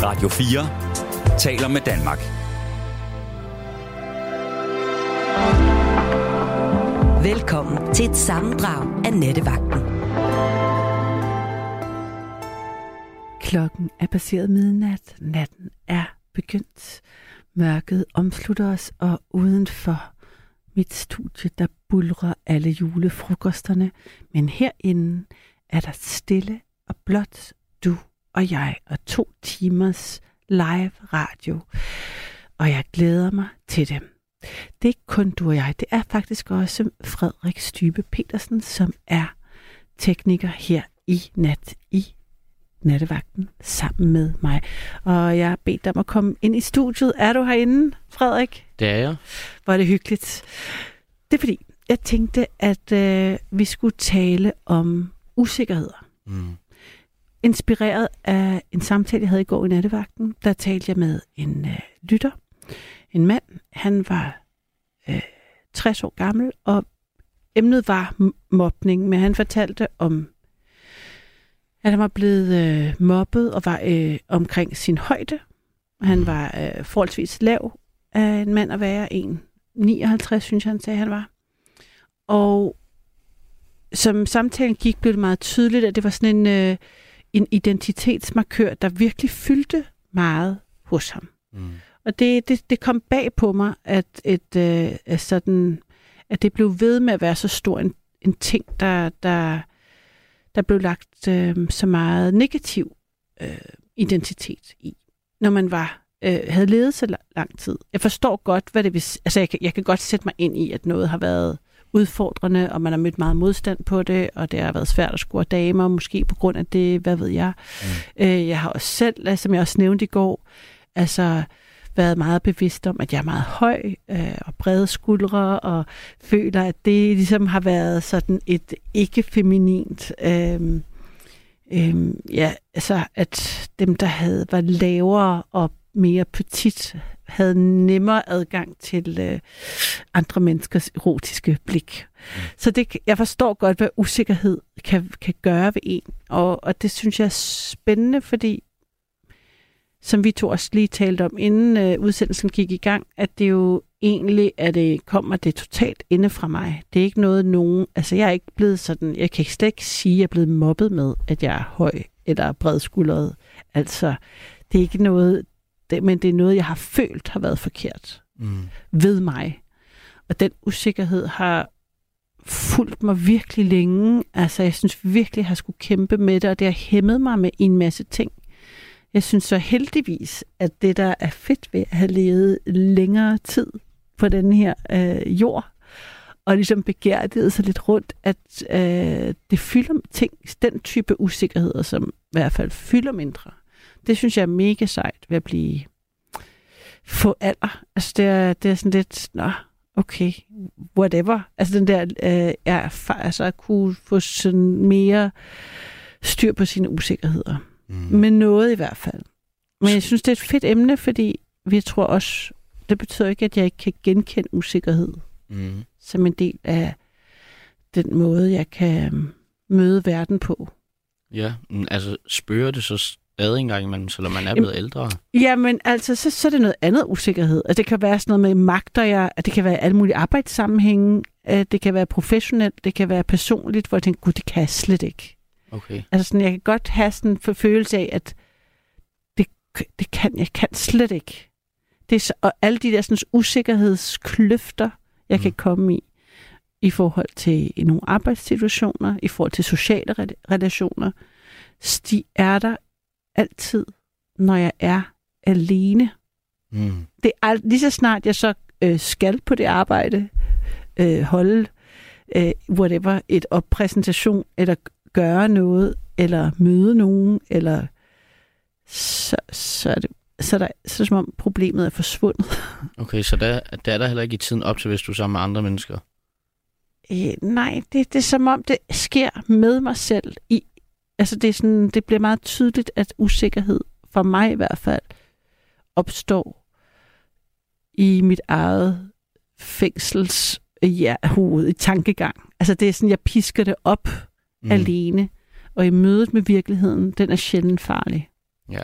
Radio 4 taler med Danmark. Velkommen til et sammendrag af Nattevagten. Klokken er passeret midnat. Natten er begyndt. Mørket omslutter os, og udenfor mit studie, der buldrer alle julefrokosterne. Men herinde er der stille og blot du og jeg og 2 timers live radio. Og jeg glæder mig til det. Det er ikke kun du og jeg, det er faktisk også Frederik Stybe Petersen, som er tekniker her i Nattevagten sammen med mig. Og jeg har bedt dig om at komme ind i studiet. Er du herinde, Frederik? Det er jeg. Hvor er det hyggeligt. Det er fordi, jeg tænkte, at vi skulle tale om usikkerheder. Inspireret af en samtale, jeg havde i går i Nattevagten, der talte jeg med en lytter. En mand, han var 60 år gammel, og emnet var mobning, men han fortalte om, at han var blevet mobbet og var omkring sin højde. Han var forholdsvis lav af en mand at være, 1,59 synes han sagde, han var. Og som samtalen gik, blev det meget tydeligt, at det var sådan en identitetsmarkør, der virkelig fyldte meget hos ham. Og det kom bag på mig, at det blev ved med at være så stor en ting, der blev lagt så meget negativ identitet i, når man havde levet så lang tid. Jeg forstår godt, hvad det vil sige. Altså, jeg kan godt sætte mig ind i, at noget har været udfordrende, og man har mødt meget modstand på det, og det har været svært at score damer, måske på grund af det, hvad ved jeg. Jeg har også selv, som jeg også nævnte i går, altså været meget bevidst om, at jeg er meget høj og brede skuldre, og føler, at det ligesom har været sådan et ikke-feminint, altså at dem, der var lavere og mere petit, havde nemmere adgang til andre menneskers erotiske blik. Så jeg forstår godt, hvad usikkerhed kan gøre ved en, og det synes jeg er spændende, fordi som vi to også lige talte om, inden udsendelsen gik i gang, at det jo egentlig kommer det totalt inde fra mig. Det er ikke noget altså jeg er ikke blevet sådan, jeg kan slet ikke sige, at jeg er blevet mobbet med, at jeg er høj eller bredskuldret. Altså, det er ikke noget, men det er noget, jeg har følt har været forkert ved mig. Og den usikkerhed har fulgt mig virkelig længe. Altså, jeg synes virkelig, jeg har skulle kæmpe med det, og det har hæmmet mig med en masse ting. Jeg synes så heldigvis, at det, der er fedt ved at have levet længere tid på den her jord, og ligesom begærdet sig lidt rundt, at det fylder ting, den type usikkerheder, som i hvert fald fylder mindre. Det synes jeg er mega sejt ved at få alder. Altså det er sådan lidt, okay, whatever. Altså den der, at kunne få sådan mere styr på sine usikkerheder. Men noget i hvert fald. Men jeg synes, det er et fedt emne, fordi vi tror også, det betyder ikke, at jeg ikke kan genkende usikkerhed som en del af den måde, jeg kan møde verden på. Ja, altså spørger det så stadig engang imellem, selvom man er blevet ældre? Jamen, altså, så er det noget andet usikkerhed. Altså, det kan være sådan noget med magter jeg, det kan være alle mulige arbejdssammenhænge, det kan være professionelt, det kan være personligt, hvor jeg tænker, gud, det kan jeg slet ikke. Okay. Altså sådan, jeg kan godt have sådan en følelse af, at jeg kan slet ikke. Det er så, og alle de der sådan usikkerhedskløfter, jeg kan komme i forhold til nogle arbejdssituationer, i forhold til sociale relationer, de er der altid, når jeg er alene. Det er lige så snart jeg så skal på det arbejde, holde whatever, et oppræsentation, eller gøre noget, eller møde nogen, eller så er det som om problemet er forsvundet. Okay, så der er der heller ikke i tiden op til, hvis du er sammen med andre mennesker? Nej, det er som om, det sker med mig selv. Altså det er sådan, det bliver meget tydeligt, at usikkerhed, for mig i hvert fald, opstår i mit eget fængsels hoved, i tankegang. Altså det er sådan, jeg pisker det op alene, og i mødet med virkeligheden, den er sjældent farlig. Ja,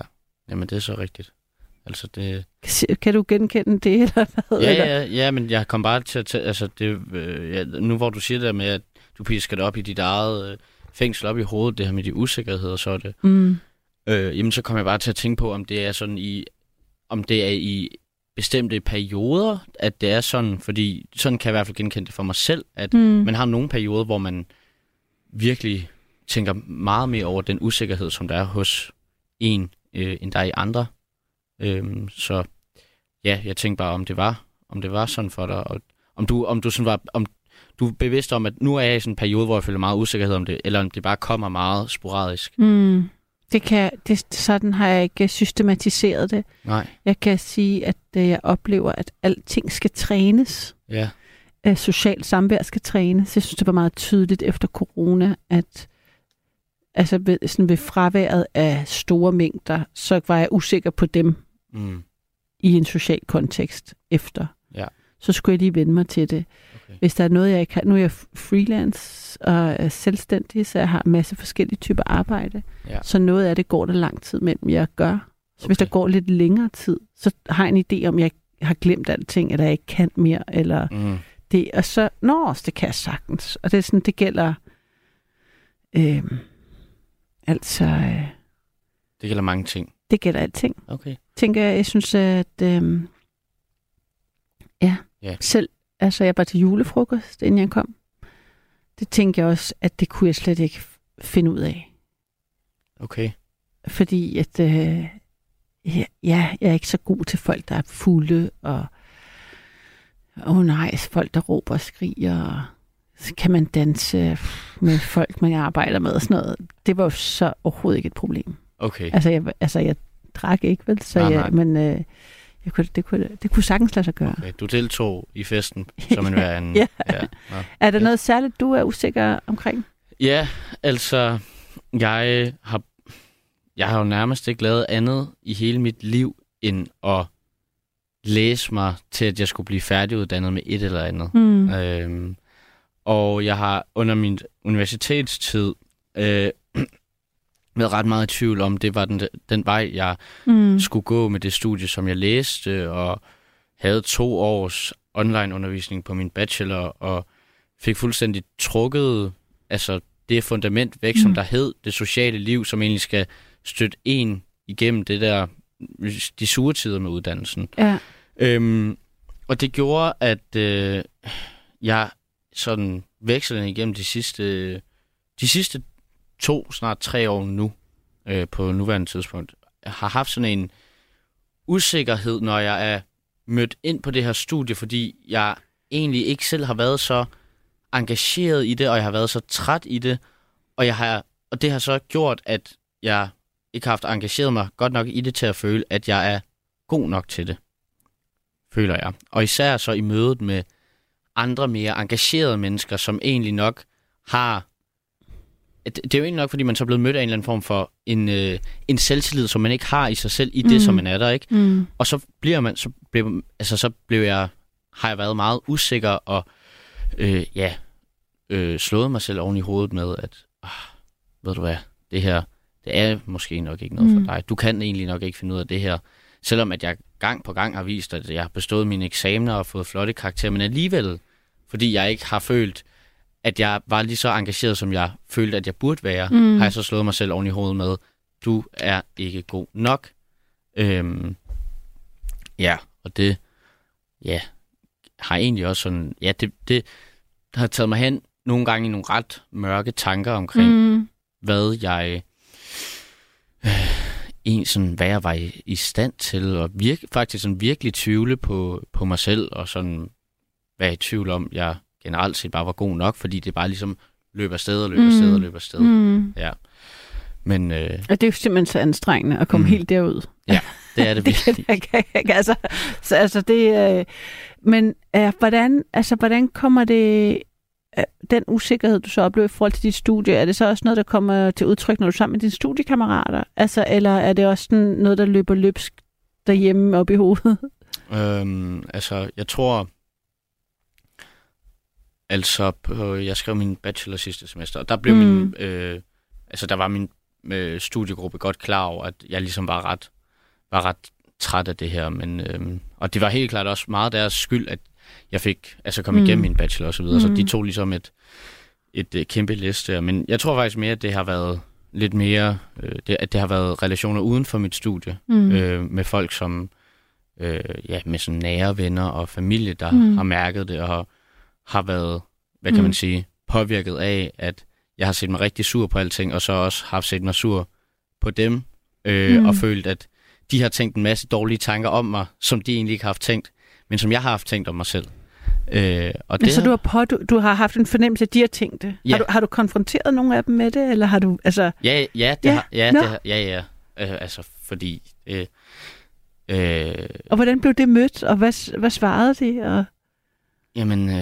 Jamen, det er så rigtigt. Altså, det... Kan du genkende det, eller hvad? Ja, men jeg kom bare til at... Altså, nu hvor du siger det der med, at du pisker det op i dit eget fængsel op i hovedet, det her med de usikkerheder, så er det... Jamen, så kom jeg bare til at tænke på, om det er sådan om det er i bestemte perioder, at det er sådan, fordi sådan kan jeg i hvert fald genkende det for mig selv, at man har nogle perioder, hvor man virkelig tænker meget mere over den usikkerhed, som der er hos en, end der er i andre. Så ja, jeg tænkte bare, om det var sådan for dig, og om du er bevidst om, at nu er jeg i sådan en periode, hvor jeg føler meget usikkerhed om det, eller om det bare kommer meget sporadisk. Sådan har jeg ikke systematiseret det. Nej. Jeg kan sige, at jeg oplever, at alting skal trænes. Ja. Socialt samvær skal trænes. Jeg synes, det var meget tydeligt efter corona, at altså ved fraværet af store mængder, så var jeg usikker på dem i en social kontekst efter. Ja. Så skulle jeg lige vende mig til det. Okay. Hvis der er noget, jeg ikke har... Nu er jeg freelance og er selvstændig, så jeg har en masse forskellige typer arbejde. Ja. Så noget af det går der lang tid mellem, jeg gør. Så hvis der går lidt længere tid, så har jeg en idé om, jeg har glemt alting, eller jeg ikke kan mere, eller det. Og så, det kan jeg sagtens. Og det er sådan, det gælder... det gælder mange ting. Det gælder alting. Okay. Tænker jeg synes, at selv, altså jeg var til julefrokost, inden jeg kom. Det tænkte jeg også, at det kunne jeg slet ikke finde ud af. Okay. Fordi at, jeg er ikke så god til folk, der er fulde, og folk, der råber og skriger, og så kan man danse med folk, man arbejder med og sådan noget. Det var jo så overhovedet ikke et problem. Okay. Altså jeg drak ikke, vel? Så nej. Men det kunne sagtens lade sig gøre. Okay. Du deltog i festen, som en hver anden. Ja. Er der noget særligt, du er usikker omkring? Ja, altså, jeg har jo nærmest ikke lavet andet i hele mit liv, end at læse mig til, at jeg skulle blive færdiguddannet med et eller andet. Og jeg har under min universitetstid været ret meget i tvivl om, det var den vej, jeg skulle gå med det studie, som jeg læste, og havde 2 års online-undervisning på min bachelor, og fik fuldstændig trukket det fundament væk, som der hed det sociale liv, som egentlig skal støtte en igennem de sure tider med uddannelsen. Ja. Og det gjorde, at jeg sådan vekslede igennem de sidste 2, snart 3 år nu, på nuværende tidspunkt, har haft sådan en usikkerhed, når jeg er mødt ind på det her studie, fordi jeg egentlig ikke selv har været så engageret i det, og jeg har været så træt i det, og det har så gjort, at jeg ikke har haft engageret mig godt nok i det til at føle, at jeg er god nok til det, føler jeg. Og især så i mødet med andre mere engagerede mennesker, som egentlig nok har... Det er jo egentlig nok, fordi man så er blevet mødt af en eller anden form for en selvtillid, som man ikke har i sig selv, i det, som man er der, ikke? Og så har jeg været meget usikker og slået mig selv oven i hovedet med, at ved du hvad, det her, det er måske nok ikke noget for dig. Du kan egentlig nok ikke finde ud af det her. Selvom at jeg gang på gang har vist, at jeg har bestået mine eksamener og fået flotte karakterer, men alligevel, fordi jeg ikke har følt, at jeg var lige så engageret, som jeg følte, at jeg burde være, har jeg så slået mig selv oven i hovedet med, du er ikke god nok. Og det har egentlig også sådan, det har taget mig hen nogle gange i nogle ret mørke tanker omkring, hvad jeg hvad jeg var i stand til, og faktisk sådan virkelig tvivle på mig selv, og sådan være i tvivl om, jeg generelt set bare var god nok, fordi det bare ligesom løber afsted. Ja. Men, og det er jo simpelthen så anstrengende at komme helt derud. Ja, det er det virkelig. Men hvordan kommer det, den usikkerhed, du så oplever i forhold til dit studie, er det så også noget, der kommer til udtryk, når du er sammen med dine studiekammerater? Eller er det også sådan noget, der løber løbsk derhjemme op i hovedet? Jeg tror... jeg skrev min bachelor sidste semester, og der blev der var min studiegruppe godt klar over, at jeg ligesom var ret var ret træt af det her. Men, og det var helt klart også meget deres skyld, at jeg fik kom igennem min bachelor og så videre. Så de tog ligesom et kæmpe liste. Men jeg tror faktisk mere, at det har været lidt mere, at det har været relationer uden for mit studie, med folk som, med sådan nære venner og familie, der har mærket det, og har været, hvad kan man sige, påvirket af, at jeg har set mig rigtig sur på alting, og så også har set mig sur på dem, og følt, at de har tænkt en masse dårlige tanker om mig, som de egentlig ikke har haft tænkt, men som jeg har haft tænkt om mig selv. Og det så du har haft en fornemmelse, at de har tænkt det? Ja. Har du konfronteret nogle af dem med det, eller har du... Altså... Ja. Fordi... Og hvordan blev det mødt, og hvad svarede de? Og... Jamen,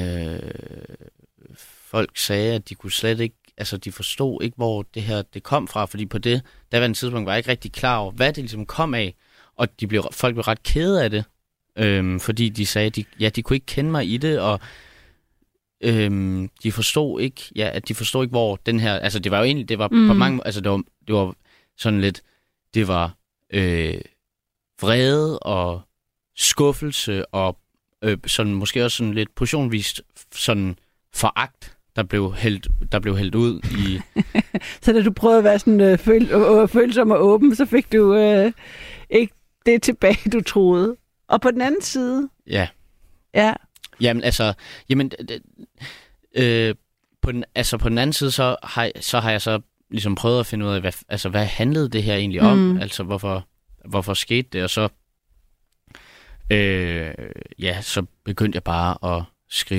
folk sagde, at de kunne slet ikke... Altså, de forstod ikke, hvor det kom fra, fordi på det daværende tidspunkt var jeg ikke rigtig klar over, hvad det ligesom kom af, og folk blev ret kede af det, fordi de sagde, at de kunne ikke kende mig i det, og de forstod ikke, hvor den her... Altså, det var jo egentlig... Det var på mange... Altså, det var sådan lidt... Det var vrede og skuffelse og sådan måske også sådan lidt portionvist sådan foragt, der blev hældt ud i... Så da du prøvede at være sådan følsom og åben, så fik du ikke det tilbage, du troede. Og på den anden side... Ja. Ja. Jamen, på den anden side, så har jeg så ligesom prøvet at finde ud af, hvad handlede det her egentlig om? Altså, hvorfor skete det? Og så, så begyndte jeg bare at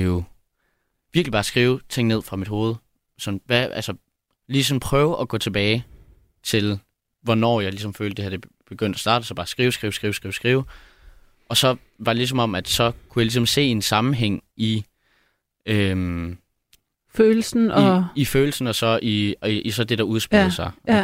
skrive ting ned fra mit hoved. Sådan, ligesom prøve at gå tilbage til, hvornår jeg ligesom følte, det her det begyndte at starte. Så bare skrive. Og så var det ligesom om, at så kunne jeg ligesom se en sammenhæng i... følelsen og... I følelsen, og så i så det, der udspillede sig. Ja.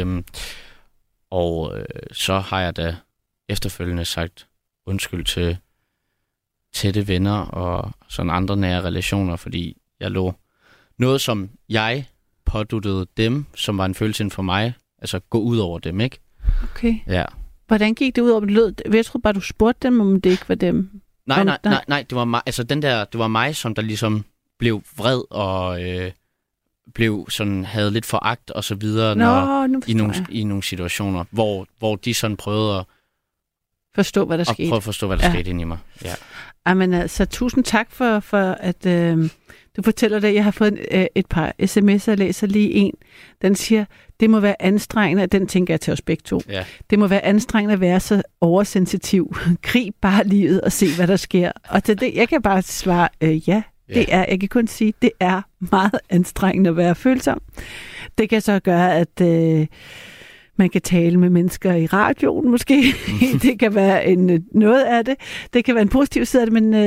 Så har jeg da efterfølgende sagt undskyld til tætte venner og sådan andre nære relationer, fordi jeg lå noget, som jeg påduttede dem, som var en følelse for mig, altså gå ud over dem, ikke? Okay. Ja. Hvordan gik det ud over det? Jeg tror bare, du spurgte dem, om det ikke var dem. Nej, det var mig, altså det var mig, som der ligesom blev vred og blev sådan, havde lidt foragt og så videre, i nogle situationer, hvor de sådan prøvede at forstå, hvad der skete. Prøve at forstå, hvad der skete inde i mig. Ja. Jamen altså, tusind tak for at du fortæller det. Jeg har fået et par sms'er, jeg læser lige en. Den siger, det må være anstrengende, den tænker jeg til os begge to. Ja. Det må være anstrengende at være så oversensitiv. Grib bare livet og se, hvad der sker. Og til det, jeg kan bare svare, ja. Jeg kan kun sige, det er meget anstrengende at være følsom. Det kan så gøre, at man kan tale med mennesker i radioen måske. Det kan være noget af det. Det kan være en positiv side af det, men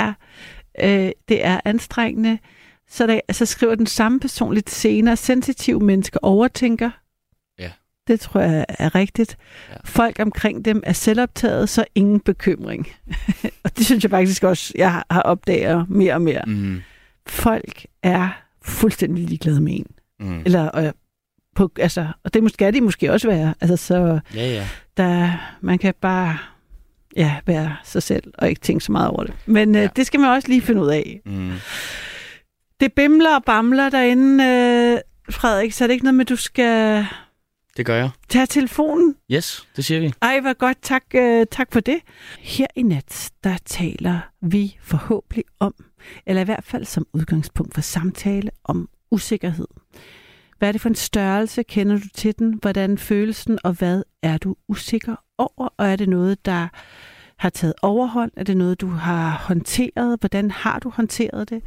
det er anstrengende. Så skriver den samme person lidt senere, sensitive mennesker overtænker. Ja. Det tror jeg er rigtigt. Ja. Folk omkring dem er selvoptaget, så ingen bekymring. Og det synes jeg faktisk også, jeg har opdaget mere og mere. Folk er fuldstændig ligeglade med en. Eller, og det skal de måske også være. Altså, så man kan bare være sig selv og ikke tænke så meget over det. Men det skal man også lige finde ud af. Det bimler og bamler derinde, Frederik, så er det ikke noget med, du skal... Det gør jeg. Tag telefonen. Yes, det siger vi. Ej, hvor godt. Tak for det. Her i nat, der taler vi forhåbentlig om, eller i hvert fald som udgangspunkt for samtale, om usikkerhed. Hvad er det for en størrelse? Kender du til den? Hvordan følelsen, og hvad er du usikker over? Og er det noget, der har taget overhånd? Er det noget, du har håndteret? Hvordan har du håndteret det?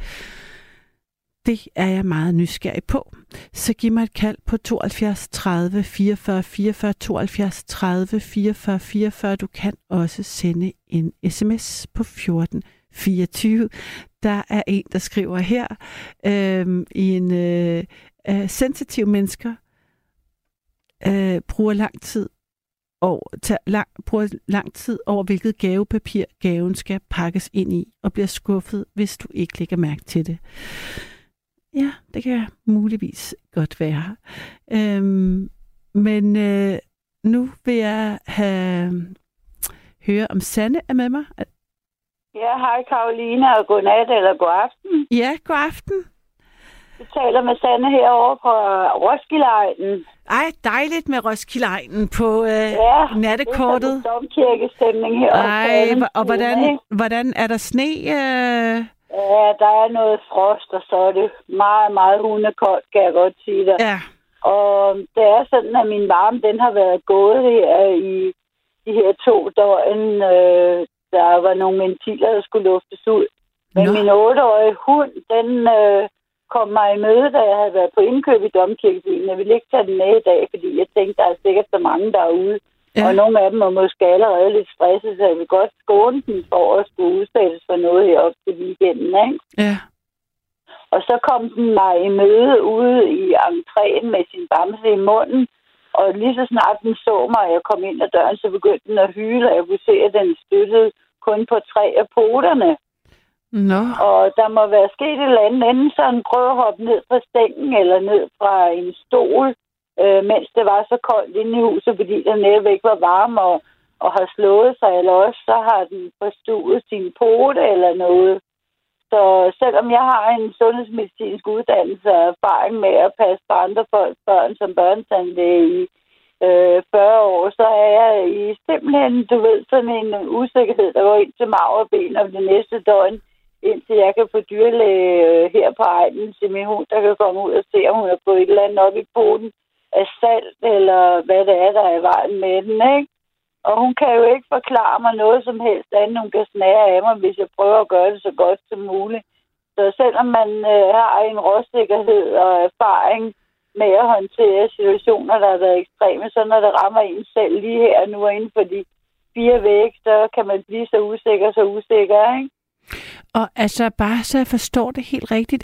Det er jeg meget nysgerrig på. Så giv mig et kald på 72 30 44 44, 72 30 44 44. Du kan også sende en sms på 14 24. Der er en, der skriver her, i en sensitive mennesker bruger lang tid over, hvilket gavepapir gaven skal pakkes ind i, og bliver skuffet, hvis du ikke lægger mærke til det. Ja, det kan muligvis godt være. Men nu vil jeg høre, om Sanne er med mig. Ja, hej Karoline, og godnat eller god aften. Ja, god aften. Du taler med Sanne herovre på Roskilde-egnen. Ej, dejligt med Roskilde-egnen på nattekortet. Ja, det er domkirkestemning herovre. Ej, og hvordan er der sne? Ja, der er noget frost, og så er det meget, meget hundekoldt, kan jeg godt sige dig. Ja. Og det er sådan, at min varme, den har været gået her i de her 2 døgn. Der var nogle ventiler, der skulle luftes ud. Men min 8-årige hund, den kom mig i møde, da jeg havde været på indkøb i domkirkebyen. Jeg ville ikke tage den med i dag, fordi jeg tænkte, der er sikkert så mange derude. Ja. Og nogle af dem er måske allerede lidt stresset, så jeg vil godt skåne den for at skulle udsættes for noget heroppe til weekenden, ikke? Ja. Og så kom den mig i møde ude i entréen med sin bamse i munden. Og lige så snart den så mig, og jeg kom ind ad døren, så begyndte den at hyle, og jeg kunne se, at den støttede kun på 3 af poterne. No. Og der må være sket et eller andet, enten så den prøvede at hoppe ned fra stængen eller ned fra en stol, mens det var så koldt inde i huset, fordi der netop ikke var varm og har slået sig, eller også så har den forstuet sin pote eller noget. Så selvom jeg har en sundhedsmedicinsk uddannelse og erfaring med at passe på andre folks børn som børnetandlæge i 40 år, så er jeg i simpelthen, du ved, sådan en usikkerhed, der går ind til marv og ben om det næste døgn, indtil jeg kan få dyrlæge her på egnen til min hund, der kan komme ud og se, om hun har fået et eller andet op i poten af salt, eller hvad det er, der er i vejen med den, ikke? Og hun kan jo ikke forklare mig noget som helst andet, hun kan snære af mig, hvis jeg prøver at gøre det så godt som muligt. Så selvom man har en råsikkerhed og erfaring med at håndtere situationer, der har været ekstreme, så når det rammer en selv lige her nu inden for de 4 vægge, så kan man blive så usikker, ikke? Og altså, bare så jeg forstår det helt rigtigt,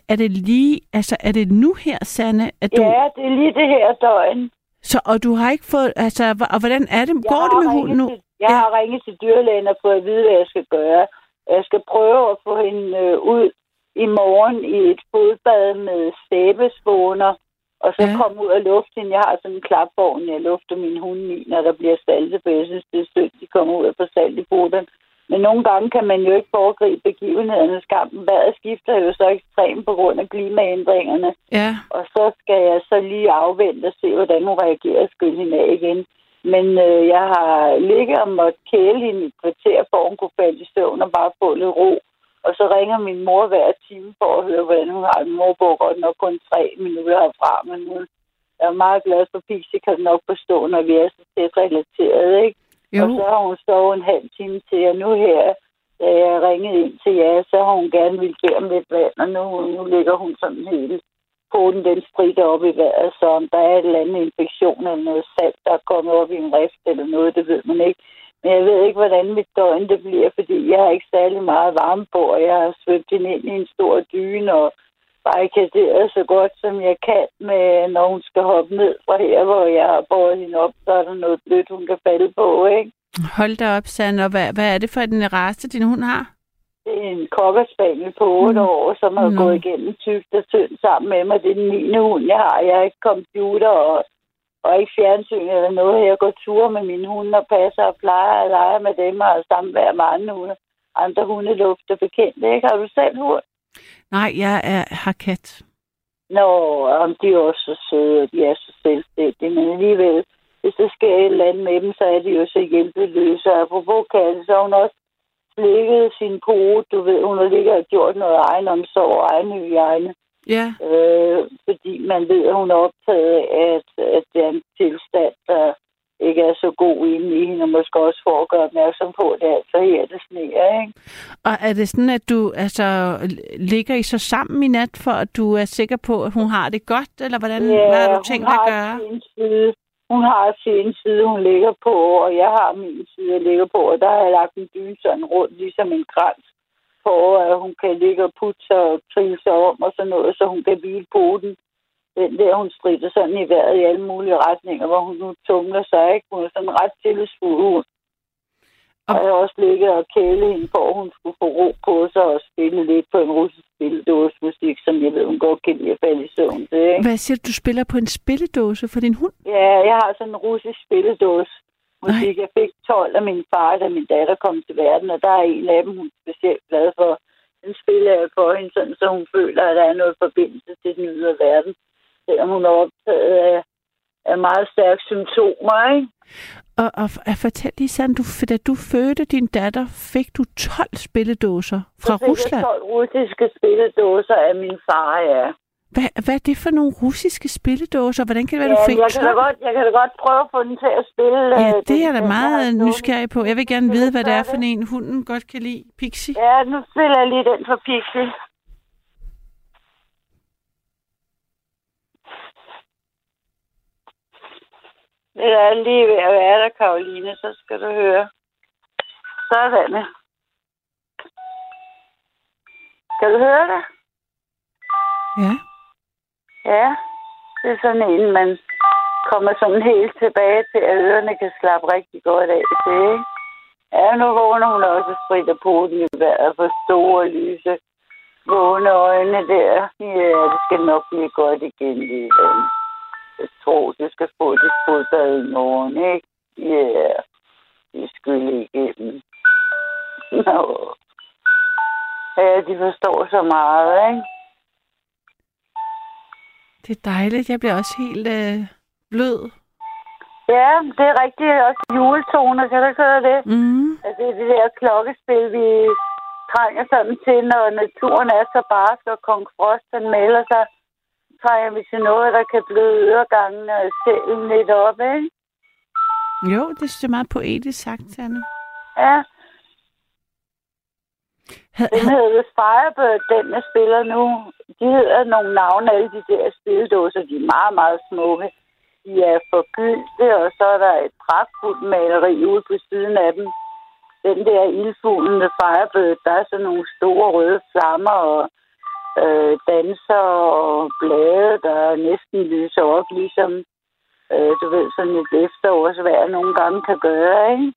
er det nu her, Sanne, at du... Ja, det er lige det her døgn. Så, og du har ikke fået, altså, og hvordan er det? Går det med hunden nu? Jeg har ringet til dyrlægen og fået at vide, hvad jeg skal gøre. Jeg skal prøve at få hende ud i morgen i et fodbad med sæbespåner, og så komme ud og lufte hende. Jeg har sådan en klapvogn, jeg lufter min hunde i, når der bliver saltet, for jeg synes, det er sødt, de kommer ud og får salt i poterne. Men nogle gange kan man jo ikke foregribe begivenhedernes kamp. Vejret skifter jo så ekstremt på grund af klimaændringerne. Ja. Og så skal jeg så lige afvente og se, hvordan hun reagerer og skylle hende af igen. Men jeg har ligget og måtte kæle hende et kvarter, for hun kunne falde i søvn og bare få lidt ro. Og så ringer min mor hver time for at høre, hvordan hun har. Min mor bor godt nok kun 3 minutter herfra, men hun er meget glad for Pixie, kan nok forstå, når vi er så tæt relateret, ikke? Jo. Og så har hun sovet en halv time til, og nu her, da jeg ringede ind til jer, så har hun gerne ville bede om lidt vand, og nu ligger hun sådan helt poten, den spritter op i vejret, så om der er et eller andet infektion eller noget salt, der er kommet op i en rift eller noget, det ved man ikke. Men jeg ved ikke, hvordan mit døgn det bliver, fordi jeg har ikke særlig meget varme på, og jeg har svøbt hende ind i en stor dyne og barrikaderet så godt, som jeg kan, med, når hun skal hoppe ned fra her, hvor jeg har båret hende op, så er der noget blødt, hun kan falde på, ikke? Hold da op, Sanne. Og hvad er det for en race, din hund har? Det er en cockerspaniel på 8 år, som har gået igennem tykt og tynd sammen med mig. Det er den 9. hund, jeg har. Jeg har ikke computer og ikke fjernsyn eller noget. Jeg går ture med mine hunde og passer og plejer og leger med dem og samvær med andre hundelufter bekendte, ikke? Har du selv hund? Nej, jeg har kat. Nå, de er også så søde, de er så selvstændige, men alligevel, hvis der sker et eller andet med dem, så er de jo så hjælpeløse. Og apropos katte, så har hun også slikket sin kode, du ved, hun har ligget og gjort noget egenomsorg og egenhygiejne. Ja. Fordi man ved, at hun er optaget af, at det er en tilstand, der ikke er så god inde i hende, og måske også for at gøre opmærksom på det, altså her det sneer, ikke? Og er det sådan, at du ligger I så sammen i nat, for at du er sikker på, at hun har det godt, eller hvordan, hvad har du tænkt at gøre? Hun har sin side, hun ligger på, og jeg har min side, jeg ligger på, og der har jeg lagt en dyne sådan rundt, ligesom en krans, for at hun kan ligge og putte sig og trille sig om og sådan noget, så hun kan hvile på den. Den der, hun strider sådan i vejret i alle mulige retninger, hvor hun nu tumler sig, ikke? Hun er sådan ret tillidsfuld. Og jeg har også ligget og kæle hende, for hun skulle få ro på sig og spille lidt på en russisk spilledåsemusik, som jeg ved, hun godt kan lide at falde i søvn til. Ikke? Hvad siger du spiller på en spilledåse for din hund? Ja, jeg har sådan en russisk spilledåsemusik. Jeg fik 12 af min far, da min datter kom til verden, og der er en af dem, hun er specielt glad for. Den spiller jeg for hende, sådan, så hun føler, at der er noget forbindelse til den ydre verden. Selvom hun er optaget af meget stærke symptomer, ikke? Og fortæl lige sådan, da du fødte din datter, fik du 12 spilledåser fra Rusland? Jeg fik 12 russiske spilledåser af min far, ja. Hvad er det for nogle russiske spilledåser? Hvordan kan det være, du fik 12? Jeg kan da godt prøve at få den til at spille. Ja, det er jeg da meget nysgerrig på. Jeg vil gerne vide, hvad det er for en, hunden godt kan lide. Pixie? Ja, nu spiller jeg lige den for Pixie. Det er lige ved at være der, Karoline, så skal du høre. Sådan. Kan du høre det? Ja. Ja, det er sådan en, man kommer sådan helt tilbage til, at ørerne kan slappe rigtig godt af til, ikke? Ja, nu vågner hun også og spritter på den i vejret for store, lyse, vågne øjne der. Ja, det skal nok blive godt igen lige den. Jeg tror, du skal få det fodbad i morgen, ikke? Ja, de skulle igennem. Nå. Ja, de forstår så meget, ikke? Det er dejligt. Jeg bliver også helt blød. Ja, det er rigtig også juletoner. Kan du høre det? Mm. Altså, det er det der klokkespil, vi trænger sådan til, når naturen er så barsk, og Kong Frost, han melder sig. Trænger vi til noget, der kan bløde øregangen og sjælen lidt op, ikke? Jo, det synes jeg er meget poetisk sagt, Sanne. Ja. Den hedder Firebird, den jeg spiller nu. De hedder nogle navne, alle de der spildåser. De er meget, meget smukke. De er forgyldte, og så er der et pragtfuldt maleri ude på siden af dem. Den der ildfuglen med Firebird, der er sådan nogle store røde flammer og danser og blade, der næsten lyser op, ligesom du ved, sådan et efterårsvejr nogle gange kan gøre, ikke?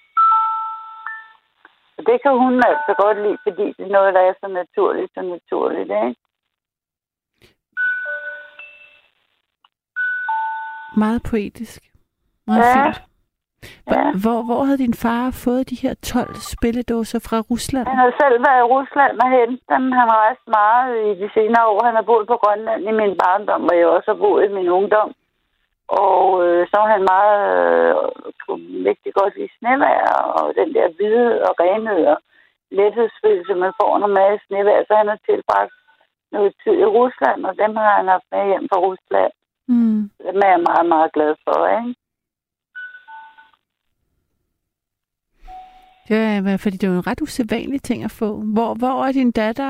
Og det kan hun altså godt lide, fordi det er noget, der er så naturligt, ikke? Meget poetisk. Meget fint. Hvor havde din far fået de her 12 spilledåser fra Rusland? Han har selv været i Rusland og hentet dem. Han har rejst meget i de senere år. Han har boet på Grønland i min barndom, hvor jeg også har boet i min ungdom. Og så var han meget rigtig godt i snevejr, og den der hvide og renhed og lethedsfølelse, man får, når man er i snevejr. Så han har tilbragt noget tid i Rusland, og dem har han haft med hjem fra Rusland. Mm. Dem er jeg meget, meget glad for, ikke? Ja, fordi det er jo en ret usædvanlig ting at få. Hvor er din datter?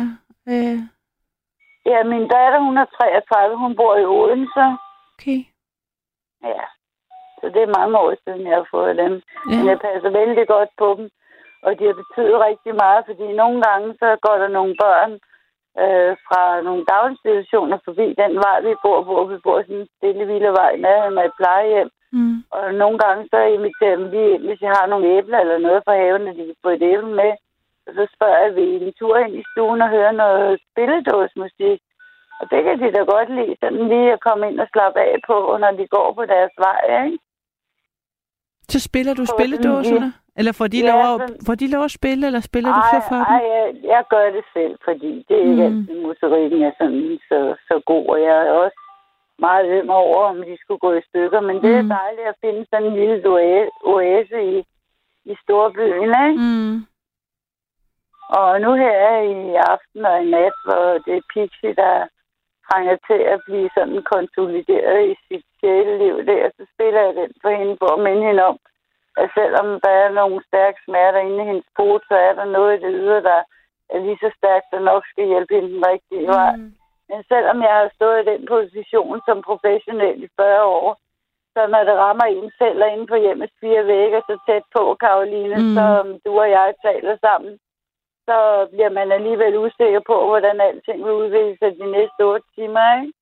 Ja, min datter, hun er 33. Hun bor i Odense. Okay. Ja, så det er mange år siden, jeg har fået dem. Ja. Men jeg passer vældig godt på dem. Og de har betydet rigtig meget, fordi nogle gange, så går der nogle børn fra nogle daginstitutioner forbi den vej, vi bor på. Vi bor sådan en stille vildevej i nærheden af et plejehjem. Mm. Og nogle gange så inviterer dem lige ind, hvis jeg har nogle æbler eller noget fra haven, og de kan få et æble med. Og så spørger jeg ved en tur ind i stuen og høre noget spilledåsmusik. Og det kan de da godt lide, sådan lige at komme ind og slappe af på, når de går på deres vej, ikke? Så spiller du spilledåserne? Eller får de lov at spille, eller spiller du for dem? Nej, jeg gør det selv, fordi det er ikke altid, motorikken er sådan så god, og jeg er også meget øm over, om de skulle gå i stykker, men det er dejligt at finde sådan en lille oase i storbyen, ikke? Mm. Og nu her i aften og i nat, hvor det er Pixie, der trænger til at blive sådan konsolideret i sit sjæleliv der, så spiller jeg den for hende for at minde hende om, at selvom der er nogle stærke smerter inde i hendes fod, så er der noget i det ydre, der er lige så stærkt, der nok skal hjælpe hende den rigtige vej. Men selvom jeg har stået i den position som professionel i 40 år, så når det rammer en selv og inden for hjemmets 4 vægge så tæt på, Karoline, som du og jeg taler sammen, så bliver man alligevel usikker på, hvordan alting vil udvikle sig de næste 8 timer, ikke?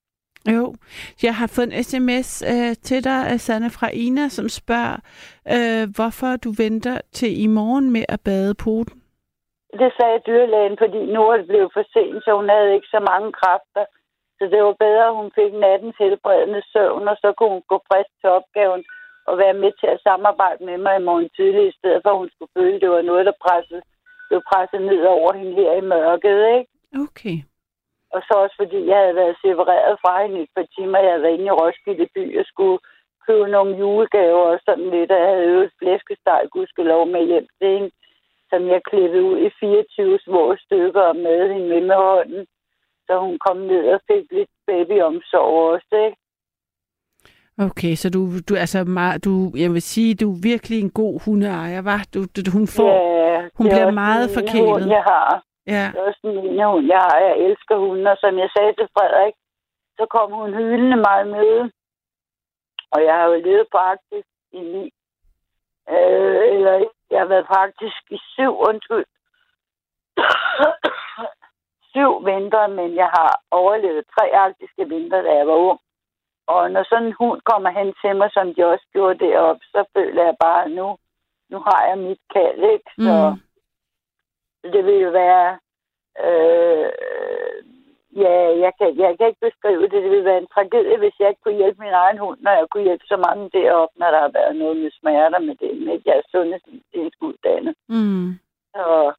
Jo, jeg har fået en sms til dig, Sanne, fra Ina, som spørger, hvorfor du venter til i morgen med at bade poten. Det sagde dyrlægen, fordi nu er det blevet for sent, så hun havde ikke så mange kræfter. Så det var bedre, at hun fik nattens helbredende søvn, og så kunne hun gå frisk til opgaven og være med til at samarbejde med mig i morgen tidlig, i stedet for at hun skulle føle, at det var noget, der blev presset ned over hende her i mørket, ikke? Okay. Og så også fordi jeg havde været separeret fra hende et par timer. Jeg havde været inde i Roskilde by og skulle købe nogle julegaver og sådan lidt. Og jeg havde øvet flæskesteg, gudskelov, med hjem til hende, som jeg klippede ud i 24 små stykker og med hende med hånden. Så hun kom ned og fik lidt babyomsorg også, ikke? Okay, så du altså meget, jeg vil sige, du er virkelig en god hundeejer, hva'? Hun bliver meget forkælet. Hund, jeg har. Ja. Det er også en hund, jeg har. Jeg elsker hunden, og som jeg sagde til Frederik, så kom hun hyldende mig i møde. Og jeg har jo levet praktisk i 9. Jeg har været praktisk i 7 vintre, men jeg har overlevet 3 arktiske vintre, da jeg var ung. Og når sådan en hund kommer hen til mig, som de også gjorde deroppe, så føler jeg bare, at nu har jeg mit kald, ikke? Så det vil jo være... jeg kan ikke beskrive det. Det vil være en tragedie, hvis jeg ikke kunne hjælpe min egen hund, når jeg kunne hjælpe så mange deroppe, når der har været noget med smerter med det. Ikke? Jeg er sundhedsmedicinsk uddannet. Så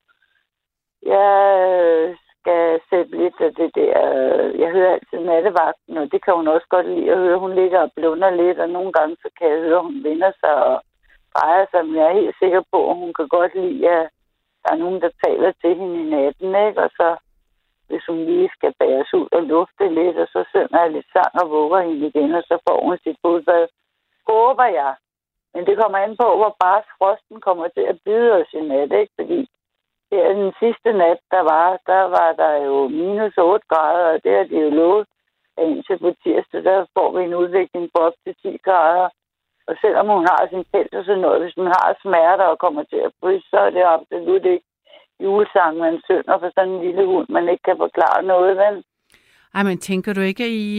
jeg skal sætte lidt af det der... Jeg hører altid nattevagten, og det kan hun også godt lide at høre. Hun ligger og blunder lidt, og nogle gange så kan jeg høre, at hun vender sig og drejer sig. Men jeg er helt sikker på, at hun kan godt lide, at der er nogen, der taler til hende i natten, ikke? Og så, hvis hun lige skal bæres ud og lufte lidt, og så synger jeg lidt sang og vugger hende igen, og så får hun sit fodbad. Håber jeg. Men det kommer an på, hvor bare frosten kommer til at bide os i nat, ikke? Fordi her den sidste nat, der var der jo minus 8 grader, og det har de jo lovet, at indtil på tirsdag, der får vi en udvikling på op til 10 grader. Og selvom hun har sin pels og sådan noget, hvis man har smerter og kommer til at fryse, så er det absolut ikke julesang, man synger for sådan en lille hund, man ikke kan forklare noget, vel? Ej, men tænker du ikke, at I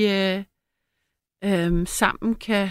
sammen kan,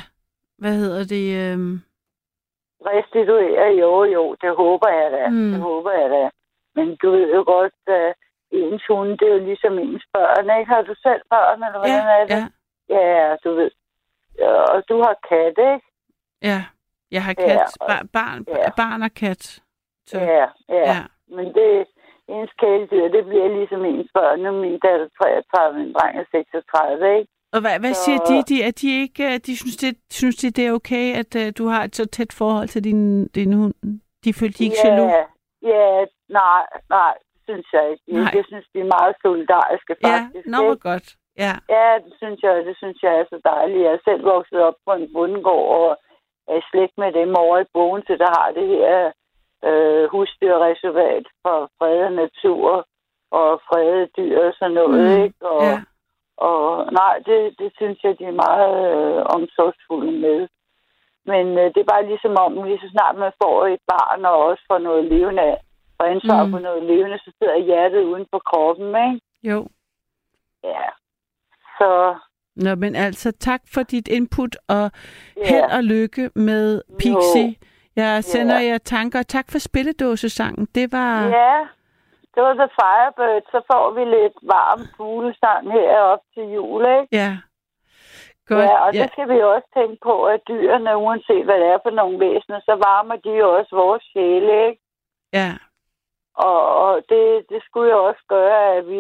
restituere? Jo, det håber jeg da. Det håber jeg da. Men du ved jo godt, at ens hund, det er jo ligesom ens børn, ikke? Har du selv børn, eller hvordan er det? Ja, du ved. Og du har kat, ikke? Ja, jeg har kat. Barn og kat. Så. Ja. Men det ens kæledyr, det bliver ligesom ens børn. Nu min datter 33, min dreng er 36, ikke? Og hvad siger de? Er de ikke, de synes det er okay, at du har et så tæt forhold til din hund? De følte de ikke jaloux? Ja, nej, det synes jeg ikke. Jeg synes, de er meget solidariske, faktisk. Ja, hvor godt. Ja, det synes jeg er så dejligt. Jeg er selv vokset op på en bondegård, og er i slægt med dem over i Bogense, der har det her husdyrreservat for fredet natur og fredet dyr og sådan noget, ikke? Og nej, det synes jeg, de er meget omsorgsfulde med. Men det er bare ligesom om, lige så snart man får et barn og også får noget levende af, og ansvar for noget levende, så sidder hjertet uden for kroppen, ikke? Jo. Ja. Så... Nå, men altså, tak for dit input, og held og lykke med Pixie. Jeg sender jer tanker, og tak for spilledåsesangen. Det var... Ja, det var The Firebird. Så får vi lidt varm fuglesang her op til jul, ikke? Ja. Godt. Ja, og det skal vi også tænke på, at dyrene, uanset hvad det er for nogle væsener, så varmer de jo også vores sjæle, ikke? Ja. Og det skulle jo også gøre, at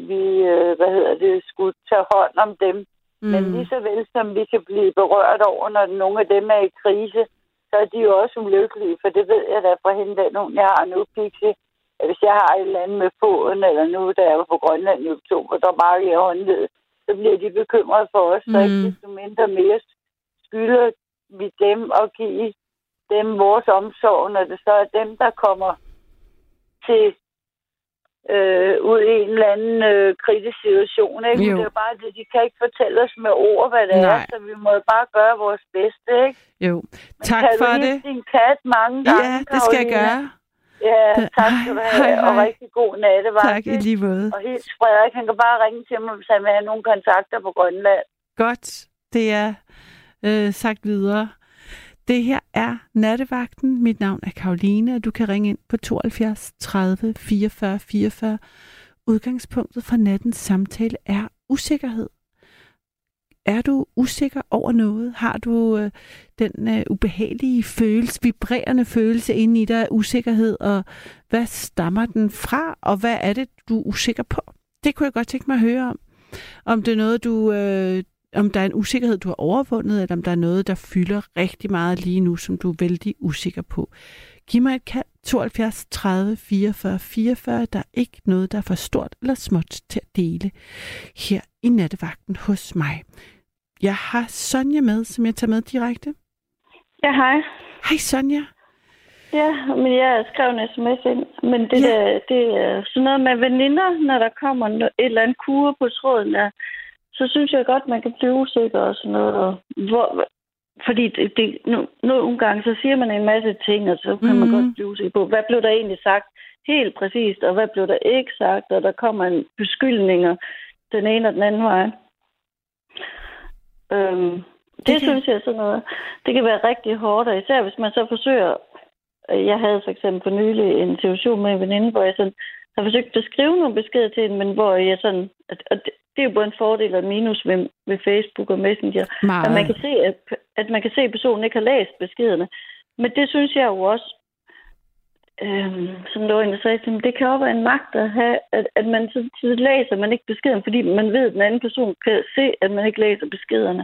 vi skulle tage hånd om dem. Men lige så vel som vi kan blive berørt over, når nogle af dem er i krise, så er de jo også ulykkelige, for det ved jeg da fra hende, den jeg har nu, Pixie. At hvis jeg har et eller andet med foden, eller nu, da jeg var på Grønland i oktober, der mangler jeg håndled, så bliver de bekymret for os, så ikke desto mindre mere skylder vi dem og give dem vores omsorg, når det så er dem, der kommer til ud i en eller anden kritisk situation. Ikke? Det er jo bare det, de kan ikke fortælle os med ord, hvad det er, så vi må bare gøre vores bedste, ikke? Jo, tak for det. Kan du din kat mange gange, Ja, det skal jeg gøre. Ja, tak skal du have, og rigtig god nattevagt. Tak, i lige måde. Og helt Frederik, han kan bare ringe til mig, hvis han vil have nogle kontakter på Grønland. Godt, det er sagt videre. Det her er Nattevagten. Mit navn er Karoline, og du kan ringe ind på 72 30 44 44. Udgangspunktet for nattens samtale er usikkerhed. Er du usikker over noget? Har du den ubehagelige følelse, vibrerende følelse inde i dig af usikkerhed, og hvad stammer den fra, og hvad er det, du er usikker på? Det kunne jeg godt tænke mig at høre om. Om det er noget, om der er en usikkerhed, du har overvundet, eller om der er noget, der fylder rigtig meget lige nu, som du er vældig usikker på. Giv mig et kald, 72 30 44 44. Der er ikke noget, der er for stort eller småt til at dele her i Nattevagten hos mig. Jeg har Sonja med, som jeg tager med direkte. Ja, hej. Hej Sonja. Ja, men jeg skrev en sms ind. Men det er sådan noget med veninder, når der kommer et eller andet kur på tråden der, så synes jeg godt, man kan blive usikker og sådan noget. Fordi nogle gange, så siger man en masse ting, og så kan man godt blive usikker på, hvad blev der egentlig sagt helt præcist, og hvad blev der ikke sagt, og der kommer en beskyldninger den ene og den anden vej. Det synes jeg sådan noget. Det kan være rigtig hårdt, og især hvis man så forsøger. Jeg havde for eksempel for nylig en situation med en veninde, hvor jeg sådan har forsøgt at skrive nogle beskeder til hende, men hvor jeg sådan, og det er jo både en fordel og en minus ved Facebook og Messenger, at man kan se, at man kan se, at personen ikke har læst beskederne. Men det synes jeg jo også, som Lorine sagde, det kan også være en magt at have, at man så læser man ikke beskeden, fordi man ved, at den anden person kan se, at man ikke læser beskederne.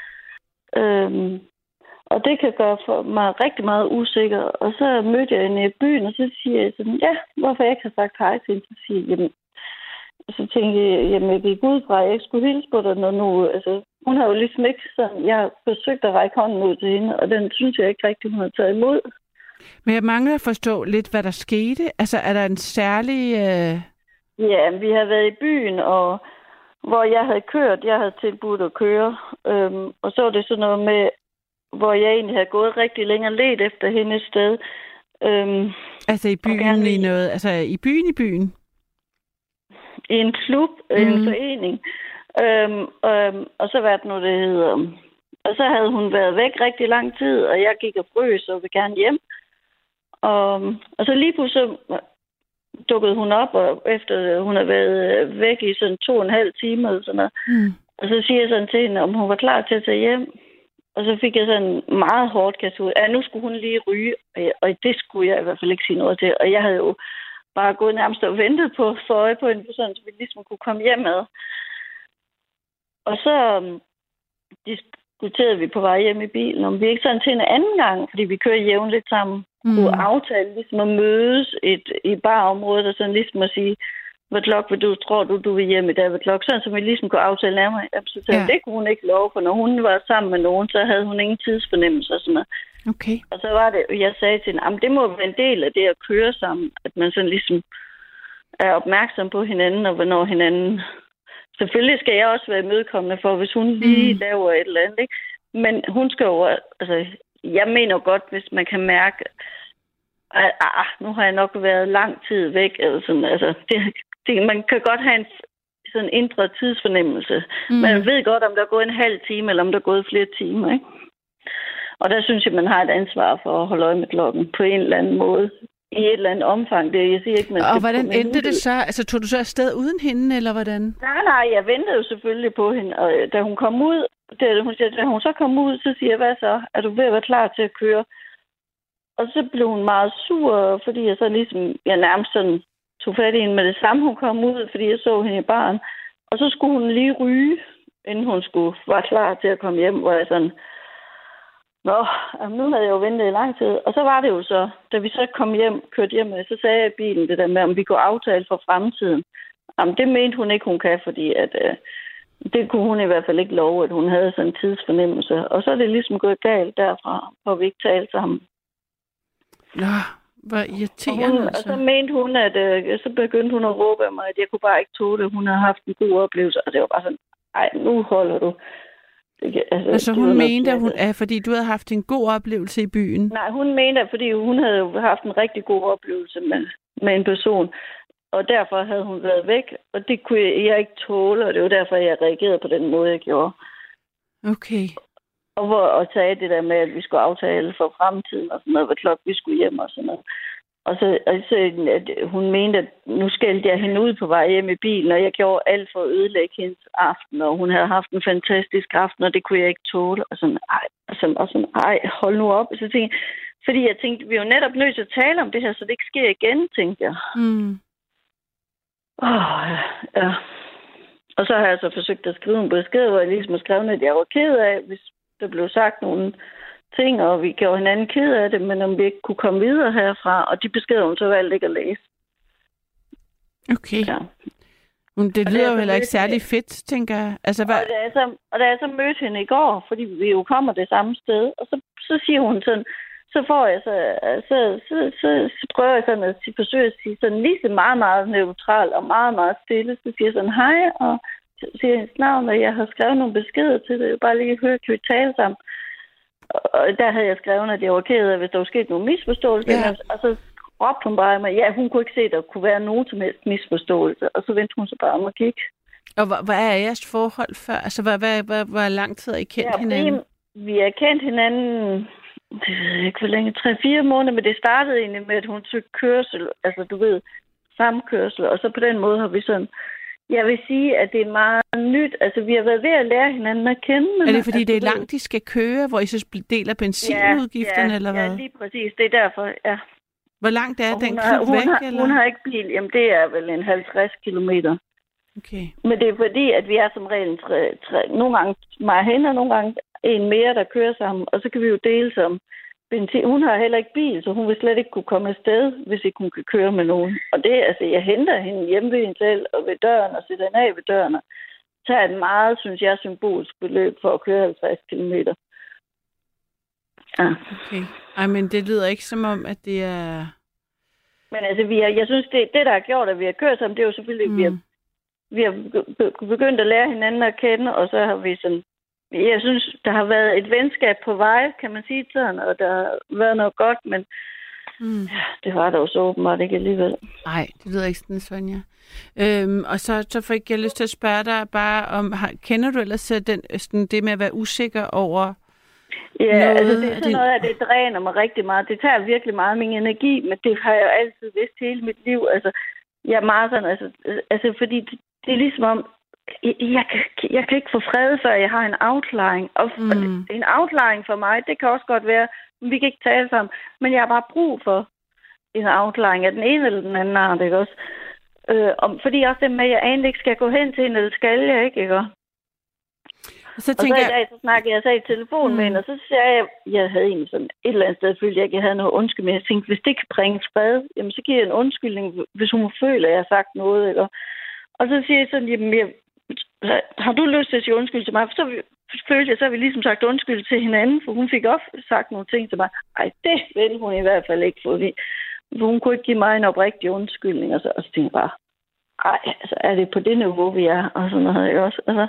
Og det kan gøre for mig rigtig meget usikker. Og så mødte jeg hende i byen, og så siger jeg sådan, ja, hvorfor jeg ikke har sagt hej til hende? Så siger jeg, jamen, så tænkte jeg, jamen, jeg gik ud fra, at jeg ikke skulle hilse på dig, når nu, altså, hun har jo ligesom ikke sådan, jeg har forsøgt at række hånden ud til hende, og den synes jeg ikke rigtig, hun har taget imod. Men jeg mangler at forstå lidt, hvad der skete. Altså, er der en særlig... Ja, vi har været i byen, og hvor jeg havde tilbudt at køre, og så var det sådan noget med, hvor jeg egentlig havde gået rigtig længe og let efter hende et sted. Altså i byen i noget, altså i byen? I en klub, en forening. Og så hvad det nu, det hedder. Og så havde hun været væk rigtig lang tid, og jeg gik og frøs og ville gerne hjem. Og så lige pludselig dukkede hun op, og efter hun havde været væk i sådan 2,5 timer eller sådan noget. Og så siger jeg sådan til hende, om hun var klar til at tage hjem. Og så fik jeg sådan meget hårdt kastet ud. Nu skulle hun lige ryge, og det skulle jeg i hvert fald ikke sige noget til. Og jeg havde jo bare gået nærmest og ventet på at få øje på hende, sådan, så vi ligesom kunne komme hjem med. Og så diskuterede vi på vej hjem i bilen, om vi ikke sådan til en anden gang, fordi vi kører jævnligt sammen, kunne aftale ligesom at mødes i barområdet, og sådan ligesom at sige, hvad klok tror du vil hjem i dag ved klok? Sådan, som vi ligesom kunne aftale nærmere. Så det kunne hun ikke love, for når hun var sammen med nogen, så havde hun ingen tidsfornemmelse og sådan noget. Okay. Og så var det, jeg sagde til hende, det må være en del af det at køre sammen, at man sådan ligesom er opmærksom på hinanden, og hvornår hinanden... Selvfølgelig skal jeg også være imødekommende for, hvis hun lige laver et eller andet, ikke? Men hun skal jo... Altså, jeg mener godt, hvis man kan mærke, at nu har jeg nok været lang tid væk, eller sådan, altså... Man kan godt have en sådan indre tidsfornemmelse. Man ved godt, om der er gået en halv time, eller om der er gået flere timer, ikke? Og der synes jeg, man har et ansvar for at holde øje med klokken på en eller anden måde. I et eller andet omfang. Det, jeg siger ikke, man og hvordan endte det så? Altså, tog du så afsted uden hende, eller hvordan? Nej, jeg ventede jo selvfølgelig på hende. Og da hun kom ud, da hun så kom ud, så siger jeg, hvad så? Er du ved at være klar til at køre? Og så blev hun meget sur, fordi jeg så ligesom, jeg nærmest sådan tog fat i hende med det samme, hun kom ud, fordi jeg så hende i baren. Og så skulle hun lige ryge, inden hun var klar til at komme hjem, hvor jeg sådan, nu havde jeg jo ventet i lang tid. Og så var det jo så, da vi så kom hjem, kørte hjem, så sagde jeg i bilen det der med, om vi kunne aftale for fremtiden. Jamen, det mente hun ikke, hun kan, fordi at, det kunne hun i hvert fald ikke love, at hun havde sådan en tidsfornemmelse. Og så er det ligesom gået galt derfra, hvor vi ikke talte sammen. Nå, hvor irriterende. Og så mente hun, at så begyndte hun at råbe af mig, at jeg kunne bare ikke tåle det. Hun havde haft en god oplevelse, og det var bare sådan, nu holder du. Altså hun mente, at fordi du havde haft en god oplevelse i byen? Nej, hun mente, at fordi hun havde jo haft en rigtig god oplevelse med en person, og derfor havde hun været væk, og det kunne jeg ikke tåle, og det var derfor, jeg reagerede på den måde, jeg gjorde. Okay. Og sagde det der med, at vi skulle aftale for fremtiden og sådan noget, hvad klokken vi skulle hjem og sådan noget. Og så at hun mente, at nu skældte jeg hende ud på vej hjem i bilen, og jeg gjorde alt for at ødelægge hendes aften, og hun havde haft en fantastisk aften, og det kunne jeg ikke tåle. Og sådan, hold nu op. Så tænkte, fordi jeg tænkte, vi er jo netop nødt til at tale om det her, så det ikke sker igen, tænkte jeg. Ja. Og så har jeg så forsøgt at skrive en besked, hvor jeg ligesom har skrevet, at jeg var ked af, hvis der blev sagt nogle ting, og vi gjorde hinanden ked af det, men om vi ikke kunne komme videre herfra, og de beskeder hun så valgte ikke at læse. Okay. Ja. Men det lyder jo heller ikke særlig fedt, tænker jeg. Altså, og da jeg så mødte hende i går, fordi vi jo kommer det samme sted, og så siger hun sådan, så får jeg så prøver jeg sådan at forsøge at sige sådan lige så meget, meget neutral og meget, meget stille. Så siger jeg sådan, hej, og siger hendes navn, og jeg har skrevet nogle beskeder til det. Jeg bare lige høre, kan vi tale sammen? Og der havde jeg skrevet, at jeg var ked af, hvis der var sket nogle misforståelser. Ja. Og så råbte hun bare mig, hun kunne ikke se, at der kunne være nogen som helst misforståelse. Og så vendte hun sig bare om og gik. Og hvad er jeres forhold før? Altså, hvor lang tid har I kendt hinanden? Vi har kendt hinanden, det ved jeg ikke hvor længe, 3-4 måneder, men det startede egentlig med, at hun søgte kørsel, altså du ved, samkørsel, og så på den måde har vi sådan, jeg vil sige, at det er meget nyt, altså vi har været ved at lære hinanden at kende. Er det fordi, det er langt, de skal køre, hvor I så deler benzinudgifterne, eller hvad? Ja, lige præcis, det er derfor, ja. Hvor langt er den klub væk? Hun har ikke bil, jamen det er vel en 50 kilometer. Okay. Men det er fordi, at vi er som regel nogle gange mig og hende, og nogle gange en mere, der kører sammen, og så kan vi jo dele som benzin. Hun har heller ikke bil, så hun vil slet ikke kunne komme afsted, hvis ikke hun kan køre med nogen. Og det altså, jeg henter hende hjemme ved hende selv, og ved døren, og sætter hende af ved døren, og tager et meget, synes jeg, symbolisk beløb for at køre 50 kilometer. Ja. Okay. Ej, men det lyder ikke som om, at det er... Men altså, jeg synes, det der har gjort, at vi har kørt sammen, det er jo selvfølgelig, vi har begyndt at lære hinanden at kende, og så har vi sådan... Jeg synes, der har været et venskab på vej, kan man sige sådan, og der har været noget godt, men det var der jo så åbenbart ikke alligevel. Nej, det lyder ikke sådan, Sonja. Og så fik jeg lyst til at spørge dig bare om, kender du ellers det med at være usikker over Ja, noget, altså det er sådan noget, at det dræner mig rigtig meget. Det tager virkelig meget min energi, men det har jeg jo altid vidst hele mit liv. Altså, jeg er meget sådan, altså fordi det er ligesom om, jeg kan ikke få fred, før jeg har en outline. Og en outline for mig, det kan også godt være, vi kan ikke tale sammen, men jeg har bare brug for en outline af den ene eller den anden art, ikke også? Fordi også det med, at jeg egentlig ikke skal gå hen til en, eller skal jeg ikke? Så i dag, så snakkede jeg så i telefon med hende, og så sagde jeg havde egentlig sådan et eller andet sted, følte jeg ikke, jeg havde noget undskyld, men jeg tænkte, hvis det kan bringe fred, jamen så giver jeg en undskyldning, hvis hun føler, at jeg har sagt noget, eller... Og så siger jeg sådan, jamen, har du lyst til at sige undskyld til mig? For så følte jeg, så har vi ligesom sagt undskyld til hinanden, for hun fik også sagt nogle ting til mig. Ej, det ville hun i hvert fald ikke, for hun kunne ikke give mig en oprigtig undskyldning, og så tænkte jeg bare, ej, altså er det på det niveau, vi er, og sådan noget, ikke også? Altså,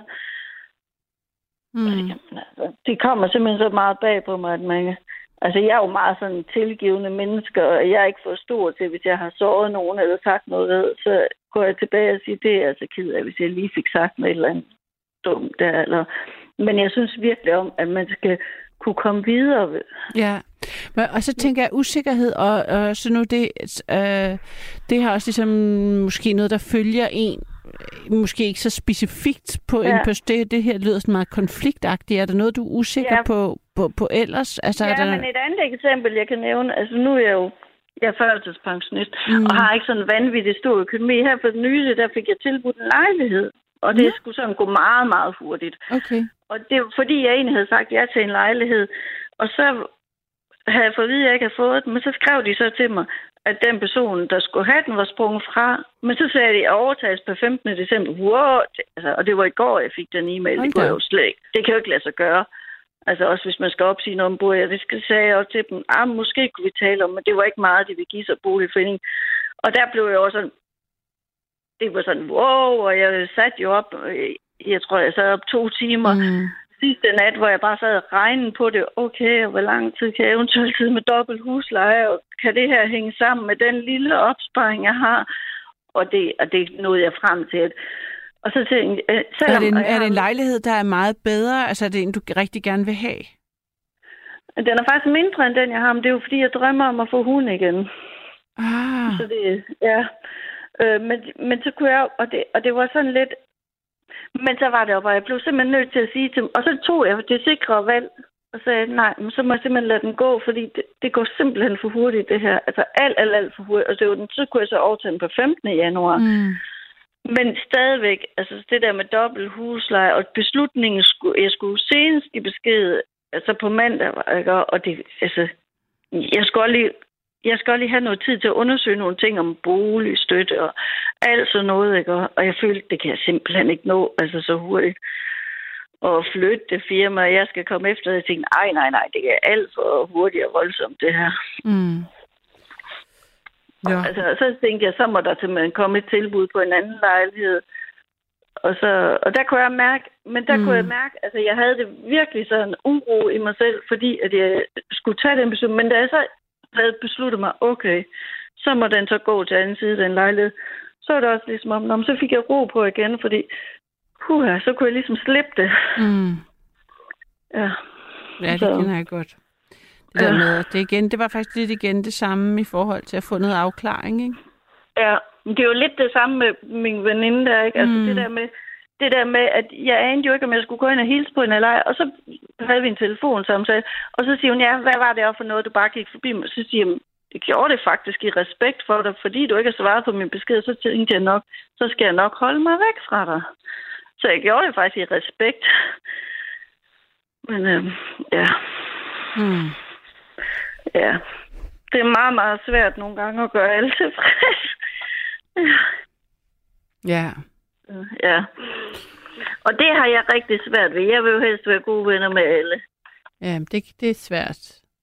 det kommer simpelthen så meget bag på mig, at man... Altså, jeg er jo meget sådan tilgivende menneske, og jeg er ikke for stor til, hvis jeg har såret nogen eller sagt noget, så går jeg tilbage og siger, det er altså ked af, hvis jeg lige fik sagt noget eller andet dumt der. Eller... Men jeg synes virkelig om, at man skal kunne komme videre. Ja, og så tænker jeg, usikkerhed, og så nu det har også ligesom måske noget, der følger en, måske ikke så specifikt på en person. Det her lyder sådan meget konfliktagtigt. Er der noget, du er usikker på ellers? Altså, men et andet eksempel, jeg kan nævne, altså nu er jeg er førtidspensionist, og har ikke sådan en vanvittig stor økonomi. Her for den nylig, der fik jeg tilbudt en lejlighed, og det skulle sådan gå meget, meget hurtigt. Okay. Og det er fordi, jeg egentlig havde sagt ja til en lejlighed, og så havde jeg fået at vide, at jeg ikke havde fået den, men så skrev de så til mig, at den person, der skulle have den, var sprunget fra. Men så sagde de, at overtages på 15. december. Wow! Altså, og det var i går, jeg fik den e-mail. Det kunne jeg jo slet ikke. Det kan jo ikke lade sig gøre. Altså også hvis man skal opsige noget om bolig. Det sagde jeg også til dem. Måske kunne vi tale om, men det var ikke meget, de ville give sig boligforening. Og der blev jeg også sådan... Det var sådan, wow! Og jeg satte jo op... Jeg tror, jeg sad op 2 timer... Sidste nat, hvor jeg bare sad og regnede på det, okay, hvor lang tid kan jeg eventuelt sidde med dobbelt husleje, og kan det her hænge sammen med den lille opsparing, jeg har? Og det nåede jeg frem til. Og så tænkte jeg, selvom... Er det en lejlighed, der er meget bedre? Altså er det en, du rigtig gerne vil have? Den er faktisk mindre end den, jeg har, men det er jo fordi, jeg drømmer om at få hund igen. Så det, ja. Men så kunne jeg, og det var sådan lidt... Men så var det op, og jeg blev simpelthen nødt til at sige til dem, og så tog jeg det sikre valg, og sagde, nej, men så må jeg simpelthen lade den gå, fordi det går simpelthen for hurtigt, det her. Altså alt for hurtigt. Og så kunne jeg så overtage den på 15. januar. Men stadigvæk, altså det der med dobbelt husleje, og beslutningen, jeg skulle senest i besked, altså på mandag, ikke? Og det, altså, jeg skal lige have noget tid til at undersøge nogle ting om boligstøtte og alt sådan noget, ikke? Og jeg følte, det kan jeg simpelthen ikke nå, altså så hurtigt. Og flytte det firma, og jeg skal komme efter, og jeg tænkte, nej, det er alt for hurtigt og voldsomt, det her. Ja. Altså, så tænkte jeg, så må der simpelthen komme et tilbud på en anden lejlighed. Og der kunne jeg mærke, altså jeg havde det virkelig sådan uro i mig selv, fordi at jeg skulle tage den beslutning. Men da jeg så havde besluttet mig, okay, så må den så gå til anden side, den lejlighed. Så var det også ligesom om, så fik jeg ro på igen, fordi så kunne jeg ligesom slippe det. Ja, det kender jeg godt. Det der med, det var faktisk lidt igen det samme i forhold til at få noget afklaring, ikke? Ja, det er jo lidt det samme med min veninde der, ikke? Altså det der med, at jeg anede jo ikke, om jeg skulle gå ind og hilse på en eller ej, og så havde vi en telefonsamtale, og så siger hun, ja, hvad var det også for noget, du bare gik forbi mig? Så siger hun, jeg gjorde det faktisk i respekt for dig, fordi du ikke har svaret på min besked, så tænkte jeg nok, så skal jeg nok holde mig væk fra dig. Så jeg gjorde det faktisk i respekt. Men ja. Ja. Det er meget, meget svært nogle gange at gøre alle tilfreds. Ja. Ja. Og det har jeg rigtig svært ved. Jeg vil jo helst være gode venner med alle. Ja, det er svært.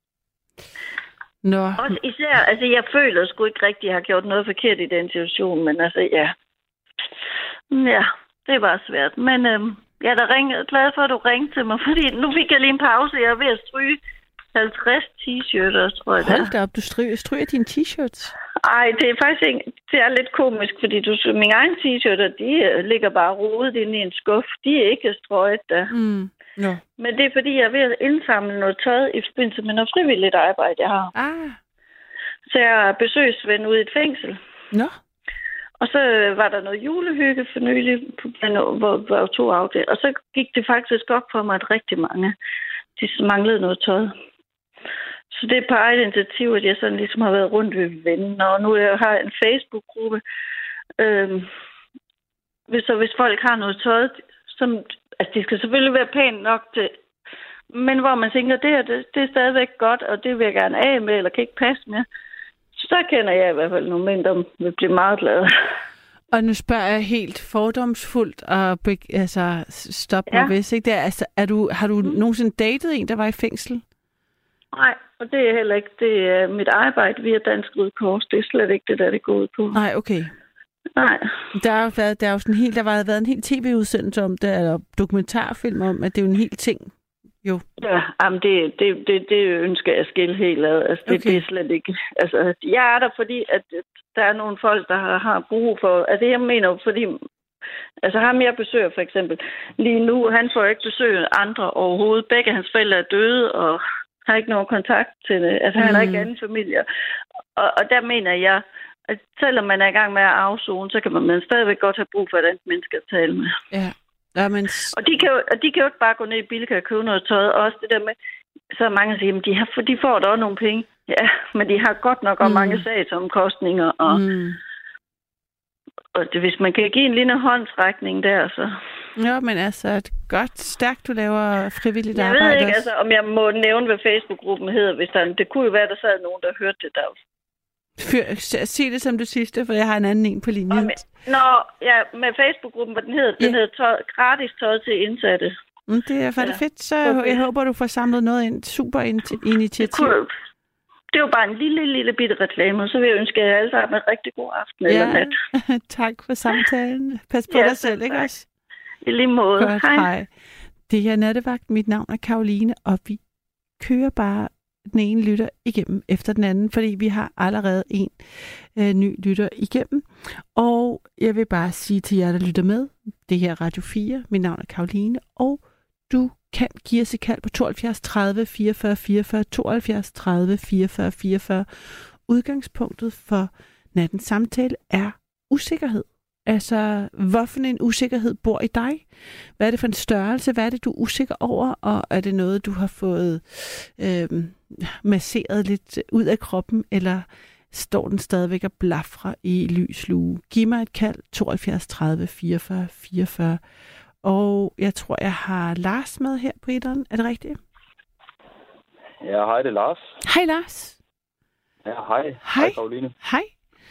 Nå. Også især, altså jeg føler sgu ikke rigtig, at jeg har gjort noget forkert i den situation, men altså ja. Ja, det var svært. Men jeg er da glad for, at du ringte til mig, fordi nu fik jeg lige en pause. Jeg er ved at stryge 50 t-shirts, tror jeg. Hold da op, du stryger dine t-shirts. Ej, det er faktisk ikke, det er lidt komisk, fordi mine egne t-shirts, de ligger bare rodet inde i en skuff. De er ikke strøget der. No. Men det er fordi, jeg er ved at indsamle noget tøj i forbindelse med noget frivilligt arbejde, jeg har. Så jeg er besøgsven ude i et fængsel. Nå. Og så var der noget julehygge for nylig, hvor jeg tog af det. Og så gik det faktisk op for mig, at rigtig mange, de manglede noget tøj. Så det er på eget initiativ, at jeg sådan ligesom har været rundt ved venner, og nu har jeg en Facebook-gruppe. Hvis folk har noget tøj, som, altså de skal selvfølgelig være pænt nok til, men hvor man tænker, det er stadigvæk godt, og det vil jeg gerne af med, eller kan ikke passe med, så kender jeg i hvert fald nogle mænd, der vil blive meget glade. Og nu spørger jeg helt fordomsfuldt, og altså stop mig hvis ikke det er. Altså, har du nogensinde datet en, der var i fængsel? Nej, og det er heller ikke. Det er mit arbejde via Dansk Røde Kors. Det er slet ikke det, der det går ud på. Nej, okay. Nej. Der har været en hel tv-udsendelse om det, eller dokumentarfilm om, at det er jo en hel ting. Jo. Ja, jamen det ønsker jeg at skille helt ad. Altså, det er slet ikke. Altså, jeg er der, fordi at der er nogle folk, der har brug for. Altså, jeg mener, fordi altså ham jeg besøger for eksempel lige nu, han får ikke besøge andre overhovedet. Begge hans forældre er døde, og har ikke nogen kontakt til det. Altså, han har ikke anden familie. Og der mener jeg, at selvom man er i gang med at afzone, så kan man stadigvæk godt have brug for et andet menneske at tale med. Ja. Men... Og de kan jo ikke bare gå ned i Bilka og købe noget tøj. Også det der med, så mange siger, at de får da også nogle penge. Ja, men de har godt nok også mange sagsomkostninger. Og det, hvis man kan give en lille håndsrækning der, så... Ja, men altså, godt stærkt, du laver frivilligt arbejde. Jeg ved ikke, altså, om jeg må nævne, hvad Facebook-gruppen hedder, hvis det kunne jo være, der sad nogen, der hørte det der. Sig det som det sidste, for jeg har en anden en på linjen. Med Facebook-gruppen, hvad den hedder, den hedder gratis tøj til indsatte. Det er faktisk fedt, så jeg håber, du får samlet noget ind. Super initiativ. Det var bare en lille bitte reklame, og så vil jeg ønske jer alle sammen en rigtig god aften eller nat. Tak for samtalen. Pas på dig selv, ikke også? I lige måde. Godt, hej. Det her Nattevagt. Mit navn er Karoline, og vi kører bare den ene lytter igennem efter den anden, fordi vi har allerede en ny lytter igennem. Og jeg vil bare sige til jer, der lytter med, det her er Radio 4, mit navn er Karoline, og du kan give os et kald på 72 30 44 44, 72 30 44 44. Udgangspunktet for nattens samtale er usikkerhed. Altså, hvorfor en usikkerhed bor i dig? Hvad er det for en størrelse? Hvad er det, du er usikker over? Og er det noget, du har fået masseret lidt ud af kroppen? Eller står den stadigvæk og blafrer i lys lue? Giv mig et kald, 72 30 44 44. Og jeg tror, jeg har Lars med her på etteren. Er det rigtigt? Ja, hej, det er Lars. Hej, Lars. Ja, hej. Hej, Karoline. Hej.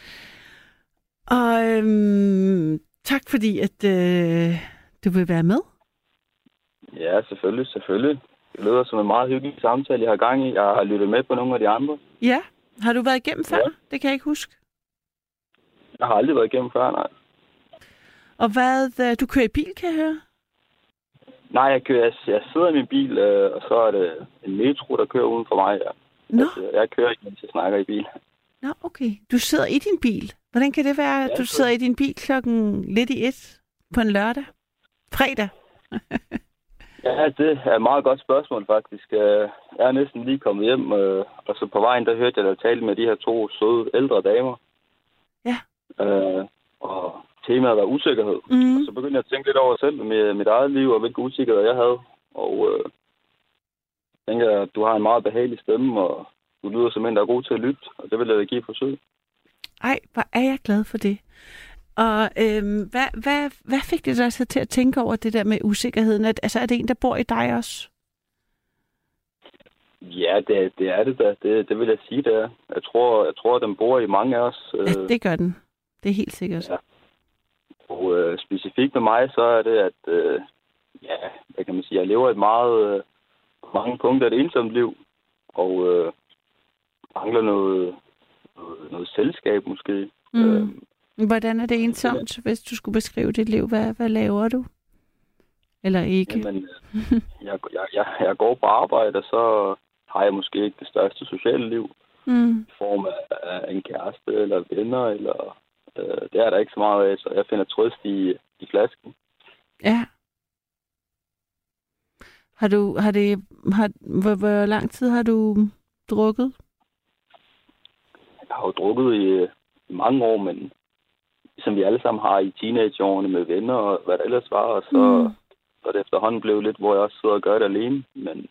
Og tak fordi, at du vil være med. Ja, selvfølgelig. Det lyder som en meget hyggelig samtale, jeg har gang i. Jeg har lyttet med på nogle af de andre. Ja. Har du været igennem før? Ja. Det kan jeg ikke huske. Jeg har aldrig været igennem før, nej. Og hvad, du kører i bil, kan jeg høre? Nej, jeg sidder i min bil, og så er det en metro, der kører uden for mig. Ja. Nå. Altså, jeg kører ikke, mens jeg snakker i bil. Nå, okay. Du sidder i din bil. Hvordan kan det være, at du sidder i din bil klokken lidt i 1 på en lørdag? Fredag? Ja, det er et meget godt spørgsmål, faktisk. Jeg er næsten lige kommet hjem, og så på vejen, der hørte jeg dig tale med de her 2 søde ældre damer. Ja. Og temaet var usikkerhed. Mm. Og så begyndte jeg at tænke lidt over selv med mit eget liv, og hvilke usikkerheder jeg havde. Og jeg tænker, at du har en meget behagelig stemme, og du lyder som en, der er god til at lytte, og det vil jeg da give et forsøg. Ej, hvor er jeg glad for det. Og hvad fik det dig så til at tænke over det der med usikkerheden? Altså, er det en, der bor i dig også? Ja, det er det da. Det vil jeg sige, det er. Jeg tror, den bor i mange af os. Ja, det gør den. Det er helt sikkert. Ja. Og specifikt med mig, så er det, at hvad kan man sige, jeg lever et meget mange punkter et ensomt liv, og mangler noget selskab måske. Mm. Hvordan er det ensomt, hvis du skulle beskrive dit liv? Hvad laver du? Eller ikke? Jamen, jeg går på arbejde, og så har jeg måske ikke det største sociale liv. I form af en kæreste eller venner, eller det er der ikke så meget af, så jeg finder trøst i flasken. Ja. Hvor lang tid har du drukket? Jeg har jo drukket i mange år, men som vi alle sammen har i teenageårene med venner og hvad der ellers var, og så er det efterhånden blevet lidt, hvor jeg også sidder og gør det alene. Men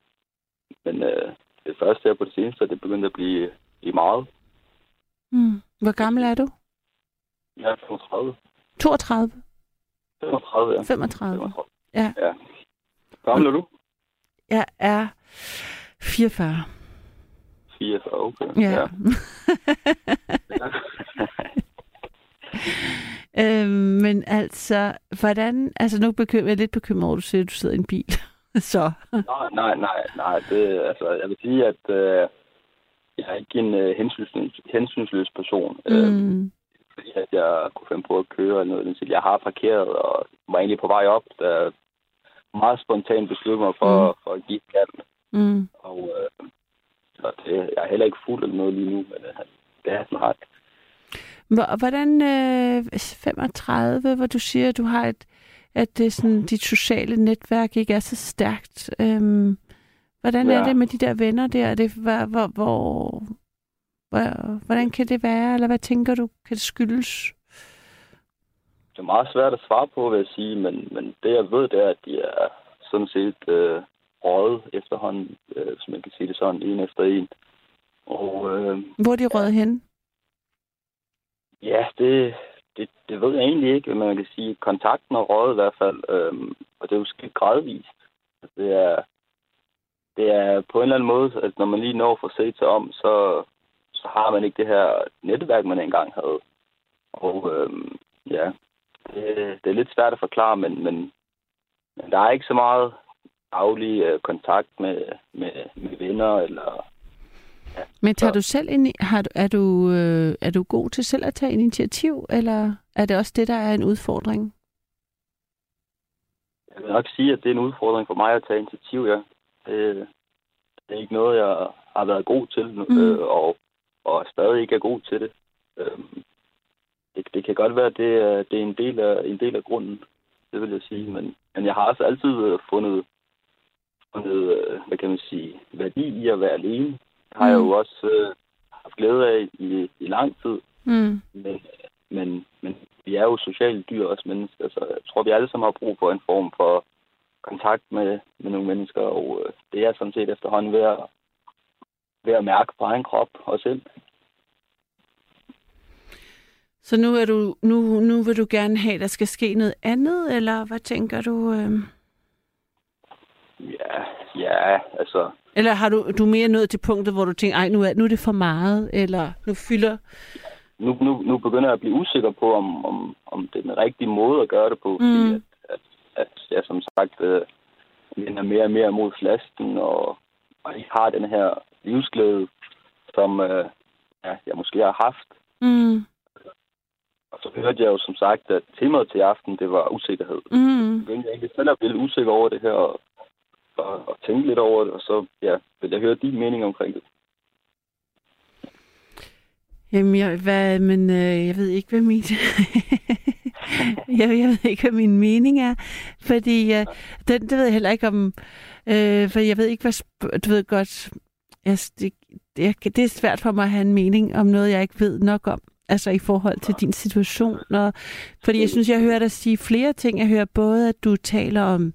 det første her på det seneste, det begyndte at blive meget. Hvor gammel er du? Jeg er 35. 32? 35, ja. 35. Ja. Hvor gammel er du? Jeg er 44. 44, okay. Ja. Men altså, hvordan... Altså, nu er jeg lidt bekymret over, at du siger, at du sidder i en bil. Så. Nej. Det, altså, jeg vil sige, at jeg er ikke en hensynsløs person. Fordi at jeg kunne finde på at køre eller noget. Jeg har parkeret og var egentlig på vej op, da meget spontant besluttede mig for at give kald. Og jeg er heller ikke fuld eller noget lige nu, men det er sådan ret. Hvordan 35, hvor du siger, at du har at det sådan, dit sociale netværk ikke er så stærkt. Hvordan er det med de der venner der? Hvordan kan det være, eller hvad tænker du, kan det skyldes? Det er meget svært at svare på, vil jeg sige, men det jeg ved, det er, at de er sådan set røget efterhånden, hvis man kan sige det sådan, en efter en. Og, hvor er de røget hen? Ja, det ved jeg egentlig ikke, men man kan sige, kontakten er røget i hvert fald, og det er jo sket gradvist. Det er på en eller anden måde, at når man lige når for at se sig om, så har man ikke det her netværk, man engang havde. Og det er lidt svært at forklare, men der er ikke så meget daglig kontakt med venner eller... Ja. Men tager du selv ind er du god til selv at tage initiativ, eller er det også det, der er en udfordring? Jeg vil nok sige, at det er en udfordring for mig at tage initiativ, ja. Det er ikke noget, jeg har har været god til, og stadig ikke er god til det. Det kan godt være, at det er en del af grunden, det vil jeg sige. Men jeg har også altid fundet hvad kan man sige, værdi i at være alene. Det har jeg jo også haft glæde af i lang tid. Men vi er jo sociale dyr også mennesker, så jeg tror, vi alle sammen har brug for en form for kontakt med nogle mennesker, og det er sådan set efterhånden ved at mærke på egen krop og selv. Så nu vil du gerne have, at der skal ske noget andet, eller hvad tænker du? Ja, altså... Eller har du mere nået til punktet, hvor du tænker, ej, nu er det for meget, eller nu fylder... Nu begynder jeg at blive usikker på, om det er den rigtige måde at gøre det på, fordi at jeg som sagt vender mere og mere mod flasken, og ikke har den her livsglæde, som jeg måske har haft. Og så hørte jeg jo som sagt, at temaet til aften, det var usikkerhed. Så begyndte jeg egentlig selv at blive usikker over det her, og tænke lidt over det, og så vil jeg høre din mening omkring det. Jamen, jeg ved ikke, hvad min... jeg ved ikke, hvad min mening er, fordi det ved jeg heller ikke om... for jeg ved ikke, hvad... Du ved godt... Det er svært for mig at have en mening om noget, jeg ikke ved nok om. Altså i forhold til din situation. Fordi jeg synes, jeg hører dig sige flere ting. Jeg hører både, at du taler om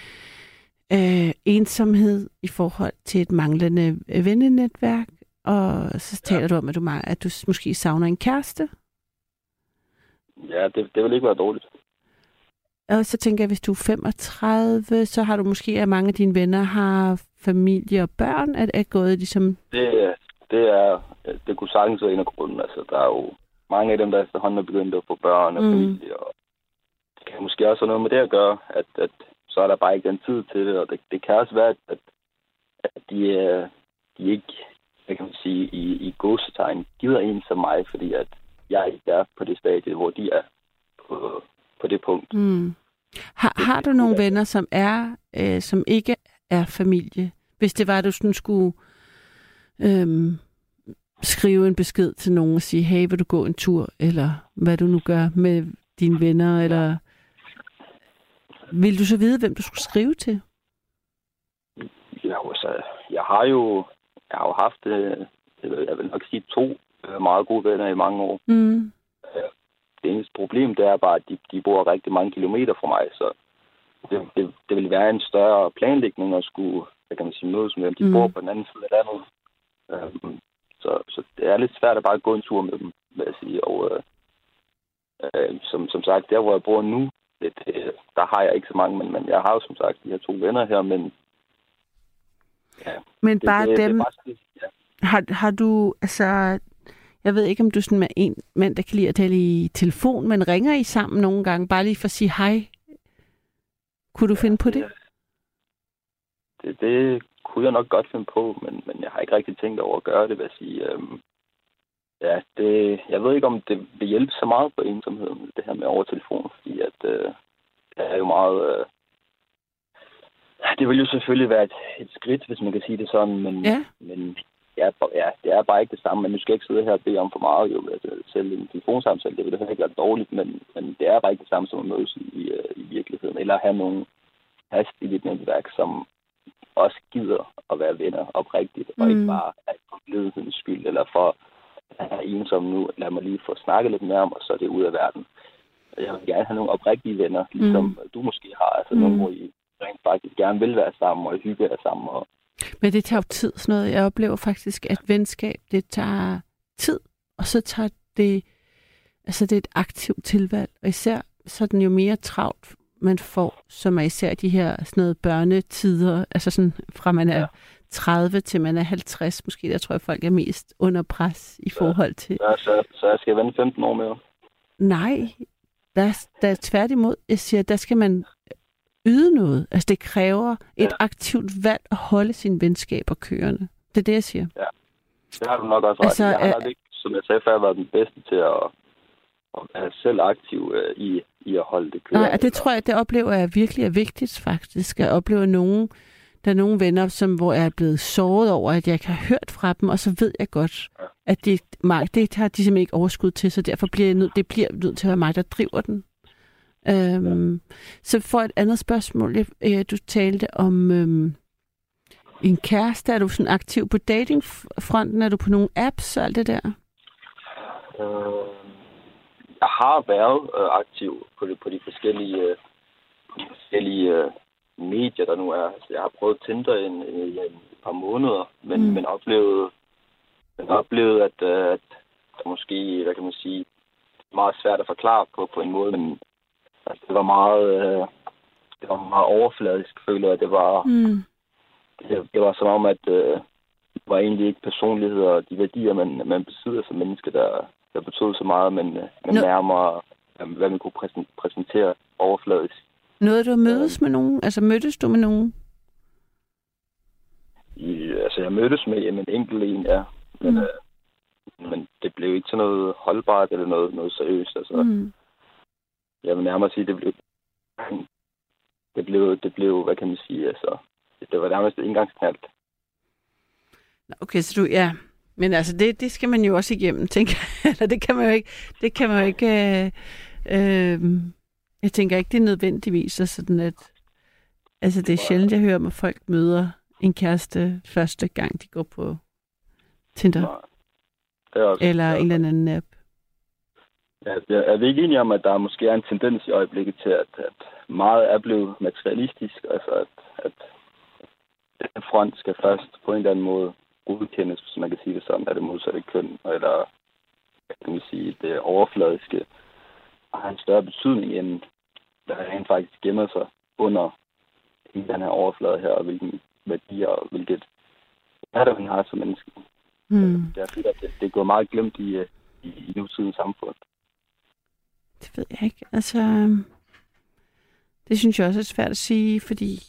ensomhed i forhold til et manglende vennenetværk, og så taler du om, at du måske savner en kæreste. Ja, det vil ikke være dårligt. Og så tænker jeg, hvis du er 35, så har du måske, at mange af dine venner har familie og børn, er gået ligesom... Det kunne sagtens være en af grunden. Altså, der er jo mange af dem, der efterhånden er begyndt at få børn og familie, og det kan måske også have noget med det at gøre, at så er der bare ikke den tid til det, og det kan også være, at de ikke, hvad kan man sige, i gåsetegn gider en som mig, fordi at jeg ikke er på det stadie, hvor de er på det punkt. Har du nogle venner, som ikke er familie? Hvis det var, at du sådan skulle skrive en besked til nogen og sige, hey, vil du gå en tur, eller hvad du nu gør med dine venner, eller vil du så vide, hvem du skulle skrive til? Ja, altså, jeg har jo haft, jeg vil nok sige 2 meget gode venner i mange år. Det eneste problem, det er bare, at de bor rigtig mange kilometer fra mig, så det vil være en større planlægning at skulle, hvad kan man sige, mødes med dem. De bor på den anden side af landet. Så det er lidt svært at bare gå en tur med dem, vil jeg sige. Og som sagt, der hvor jeg bor nu, der har jeg ikke så mange, men jeg har jo som sagt de her 2 venner her, men... Ja, men bare dem... Har du, altså... Jeg ved ikke, om du sådan er en mand, der kan lide at tale i telefon, men ringer I sammen nogle gange, bare lige for at sige hej? Kunne du finde på det? Det kunne jeg nok godt finde på, men jeg har ikke rigtig tænkt over at gøre det, vil jeg sige. Jeg ved ikke, om det vil hjælpe så meget på ensomheden, det her med over telefon, fordi at det er jo meget... det vil jo selvfølgelig være et skridt, hvis man kan sige det sådan, men det er bare ikke det samme. Men nu skal jeg ikke sidde her og bede om for meget, jo. Altså, selv en telefonsamtale, det vil det ikke være dårligt, men det er bare ikke det samme som at mødes i virkeligheden, eller have nogen fast i dit netværk, som også gider at være venner oprigtigt, og ikke bare for glædehedens skyld, eller for at være ensom nu, lad mig lige få snakket lidt mere om, og så er det ud af verden. Jeg vil gerne have nogle oprigtige venner, ligesom du måske har, altså nogle, hvor I rent faktisk gerne vil være sammen, og hygge jer sammen. Men det tager jo tid, sådan noget. Jeg oplever faktisk, at venskab, det tager tid, og så tager det, altså det er et aktivt tilvalg, og især sådan jo mere travlt man får, som er især de her sådan noget børnetider, altså sådan fra man er 30 til man er 50, måske der tror jeg, folk er mest under pres i forhold til... Så jeg skal vente 15 år mere? Nej, der er tværtimod. Jeg siger, der skal man yde noget. Altså det kræver et aktivt valg at holde sine venskaber kørende. Det er det, jeg siger. Ja, det har du nok også ret. Altså, jeg har nok ikke, som jeg sagde før, været den bedste til at være selv aktiv i at holde det kørende. Nej, og det tror jeg, det oplever jeg virkelig er vigtigt faktisk. At opleve nogen, Der er nogle venner, hvor jeg er blevet såret over, at jeg ikke har hørt fra dem, og så ved jeg godt, at det har de simpelthen ikke overskud til, så derfor bliver det bliver nødt til at være mig, der driver den. Så for et andet spørgsmål, du talte om en kæreste. Er du sådan aktiv på datingfronten? Er du på nogle apps og alt det der? Jeg har været aktiv på de forskellige medier, der nu er. Altså, jeg har prøvet Tinder i et par måneder, men oplevede, at der måske, hvad kan man sige, meget svært at forklare på en måde, men altså, det var meget overfladisk, føler jeg. Det var som om, at det var egentlig ikke personligheder og de værdier, man besidder som menneske, der betød så meget, men nærmere, hvad man kunne præsentere overfladisk. Nåede du at mødes med nogen? Altså, mødtes du med nogen? Jeg mødtes med en enkelt en, ja. Men det blev ikke sådan noget holdbart eller noget seriøst. Altså, jeg vil nærmere sige, det blev, hvad kan man sige, altså, det var nærmest engangsknald. Okay, så ja. Men altså, det skal man jo også igennem, tænker jeg. Eller det kan man jo ikke... Jeg tænker ikke, det er nødvendigvis sådan, at... Altså, det er sjældent, jeg hører om, at folk møder en kæreste første gang, de går på Tinder. Nej. Eller en eller anden app. Ja, jeg er ikke enig om, at der måske er en tendens i øjeblikket til, at meget er blevet materialistisk. Altså, at den front skal først på en eller anden måde godkendes, hvis man kan sige det sådan, at det modsatte køn, eller kan man sige, det overfladiske har en større betydning, end der rent faktisk gemmer sig under den her overflade her, og hvilken værdier og hvilket man har som menneske. Det er fedt, at det går meget glemt i nutidens samfund. Det ved jeg ikke. Altså, det synes jeg også er svært at sige, fordi...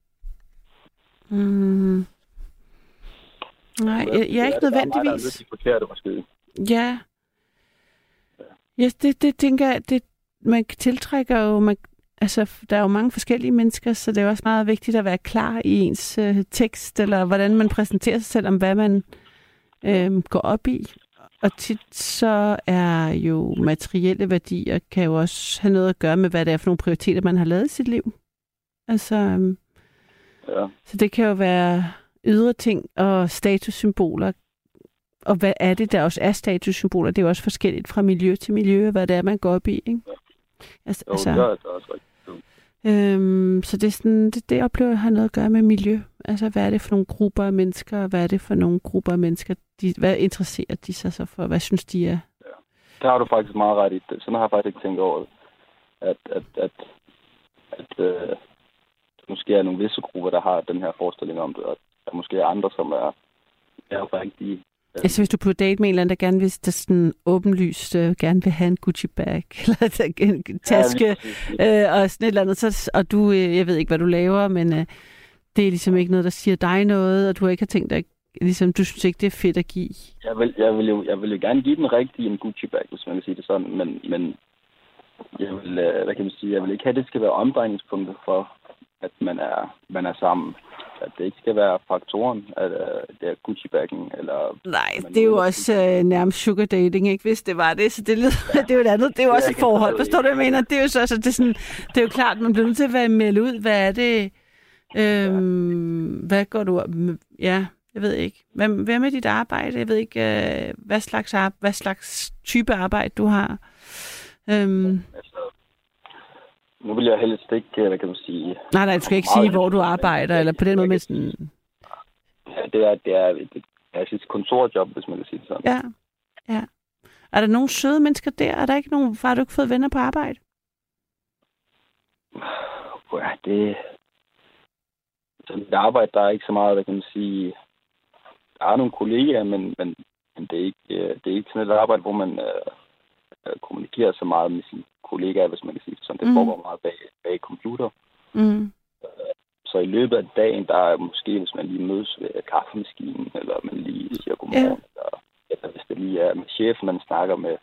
Nej, jeg er ikke nødvendigvis... Ja. Ja, det tænker jeg, man tiltrækker jo... Altså, der er jo mange forskellige mennesker, så det er også meget vigtigt at være klar i ens tekst, eller hvordan man præsenterer sig selv, om hvad man går op i. Og tit så er jo materielle værdier, kan jo også have noget at gøre med, hvad det er for nogle prioriteter, man har lavet i sit liv. Altså, så det kan jo være ydre ting og statussymboler. Og hvad er det, der også er statussymboler? Det er jo også forskelligt fra miljø til miljø, hvad det er, man går op i, ikke? Altså, det er også rigtigt. Så det er sådan, det oplever jeg har noget at gøre med miljø. Altså, hvad er det for nogle grupper af mennesker, og hvad er det for nogle grupper af mennesker, hvad interesserer de sig så for? Hvad synes de er? Ja. Der har du faktisk meget ret i det. Sådan har jeg faktisk ikke tænkt over det. At måske er nogle visse grupper, der har den her forestilling om det, og der måske er andre, som er rigtige. Altså, hvis du på date med en eller anden, der gerne vil, der sådan åbenlyst gerne vil have en Gucci-bag, eller en taske, og sådan et eller andet, så, og du, jeg ved ikke, hvad du laver, men det er ligesom ikke noget, der siger dig noget, og du har ikke tænkt dig, ligesom, du synes ikke, det er fedt at give. Jeg vil jo gerne give den rigtige en Gucci-bag, hvis man kan sige det sådan, men jeg vil, hvad kan man sige, jeg vil ikke have, at det skal være omdrejningspunktet for, at man er sammen. At det ikke skal være faktoren, at det er Gucci-baggen, eller... Nej, det er jo også nærmest sugar dating, ikke? Hvis det var det, så det er jo et andet. Det er jo også et forhold, forstår du, hvad jeg mener? Det er jo så, altså, det er jo klart, man bliver nødt til at være melde ud. Hvad er det? Hvad går du... Ja, jeg ved ikke. Hvad med dit arbejde? Jeg ved ikke, hvad slags type arbejde du har. Nu vil jeg helst ikke, hvad kan man sige... Nej, du skal ikke sige, hvor du arbejder, eller på den måde med sådan... Ja, det er et kontorjob, hvis man kan sige det sådan. Ja. Er der nogle søde mennesker der? Er der ikke nogen... Har du ikke fået venner på arbejde? Ja, det... Så mit arbejde, der er ikke så meget, hvad kan man sige... Der er nogle kollegaer, men det er ikke sådan et arbejde, hvor man kommunikerer så meget med sine kollegaer, hvis man kan sige sådan. Det foregår meget bag computer. Så i løbet af dagen, der er måske, hvis man lige mødes ved kaffemaskinen, eller man lige siger godmorgen, eller hvis det lige er med chefen, man snakker med.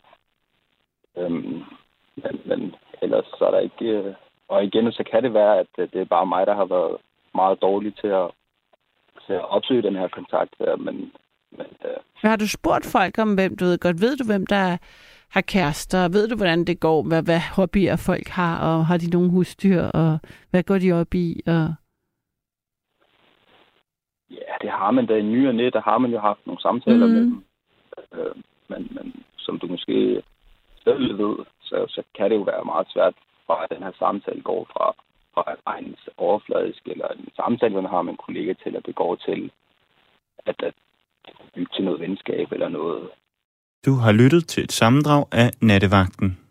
Men ellers så er der ikke... Og igen, så kan det være, at det er bare mig, der har været meget dårlig til at til at opsøge den her kontakt her, men har du spurgt folk om, hvem du ved godt? Ved du, hvem der har kærester? Ved du, hvordan det går? Hvad hobbyer folk har? Og har de nogle husdyr? Og hvad går de op i? Og... Ja, det har man da i ny og næ. Der har man jo haft nogle samtaler med dem. Men som du måske selv ved, så kan det jo være meget svært, fra at den her samtale går fra et rent overfladisk, eller en samtale, man har med en kollega til, at det går til at bygge til noget venskab eller noget. Du har lyttet til et sammendrag af Nattevagten.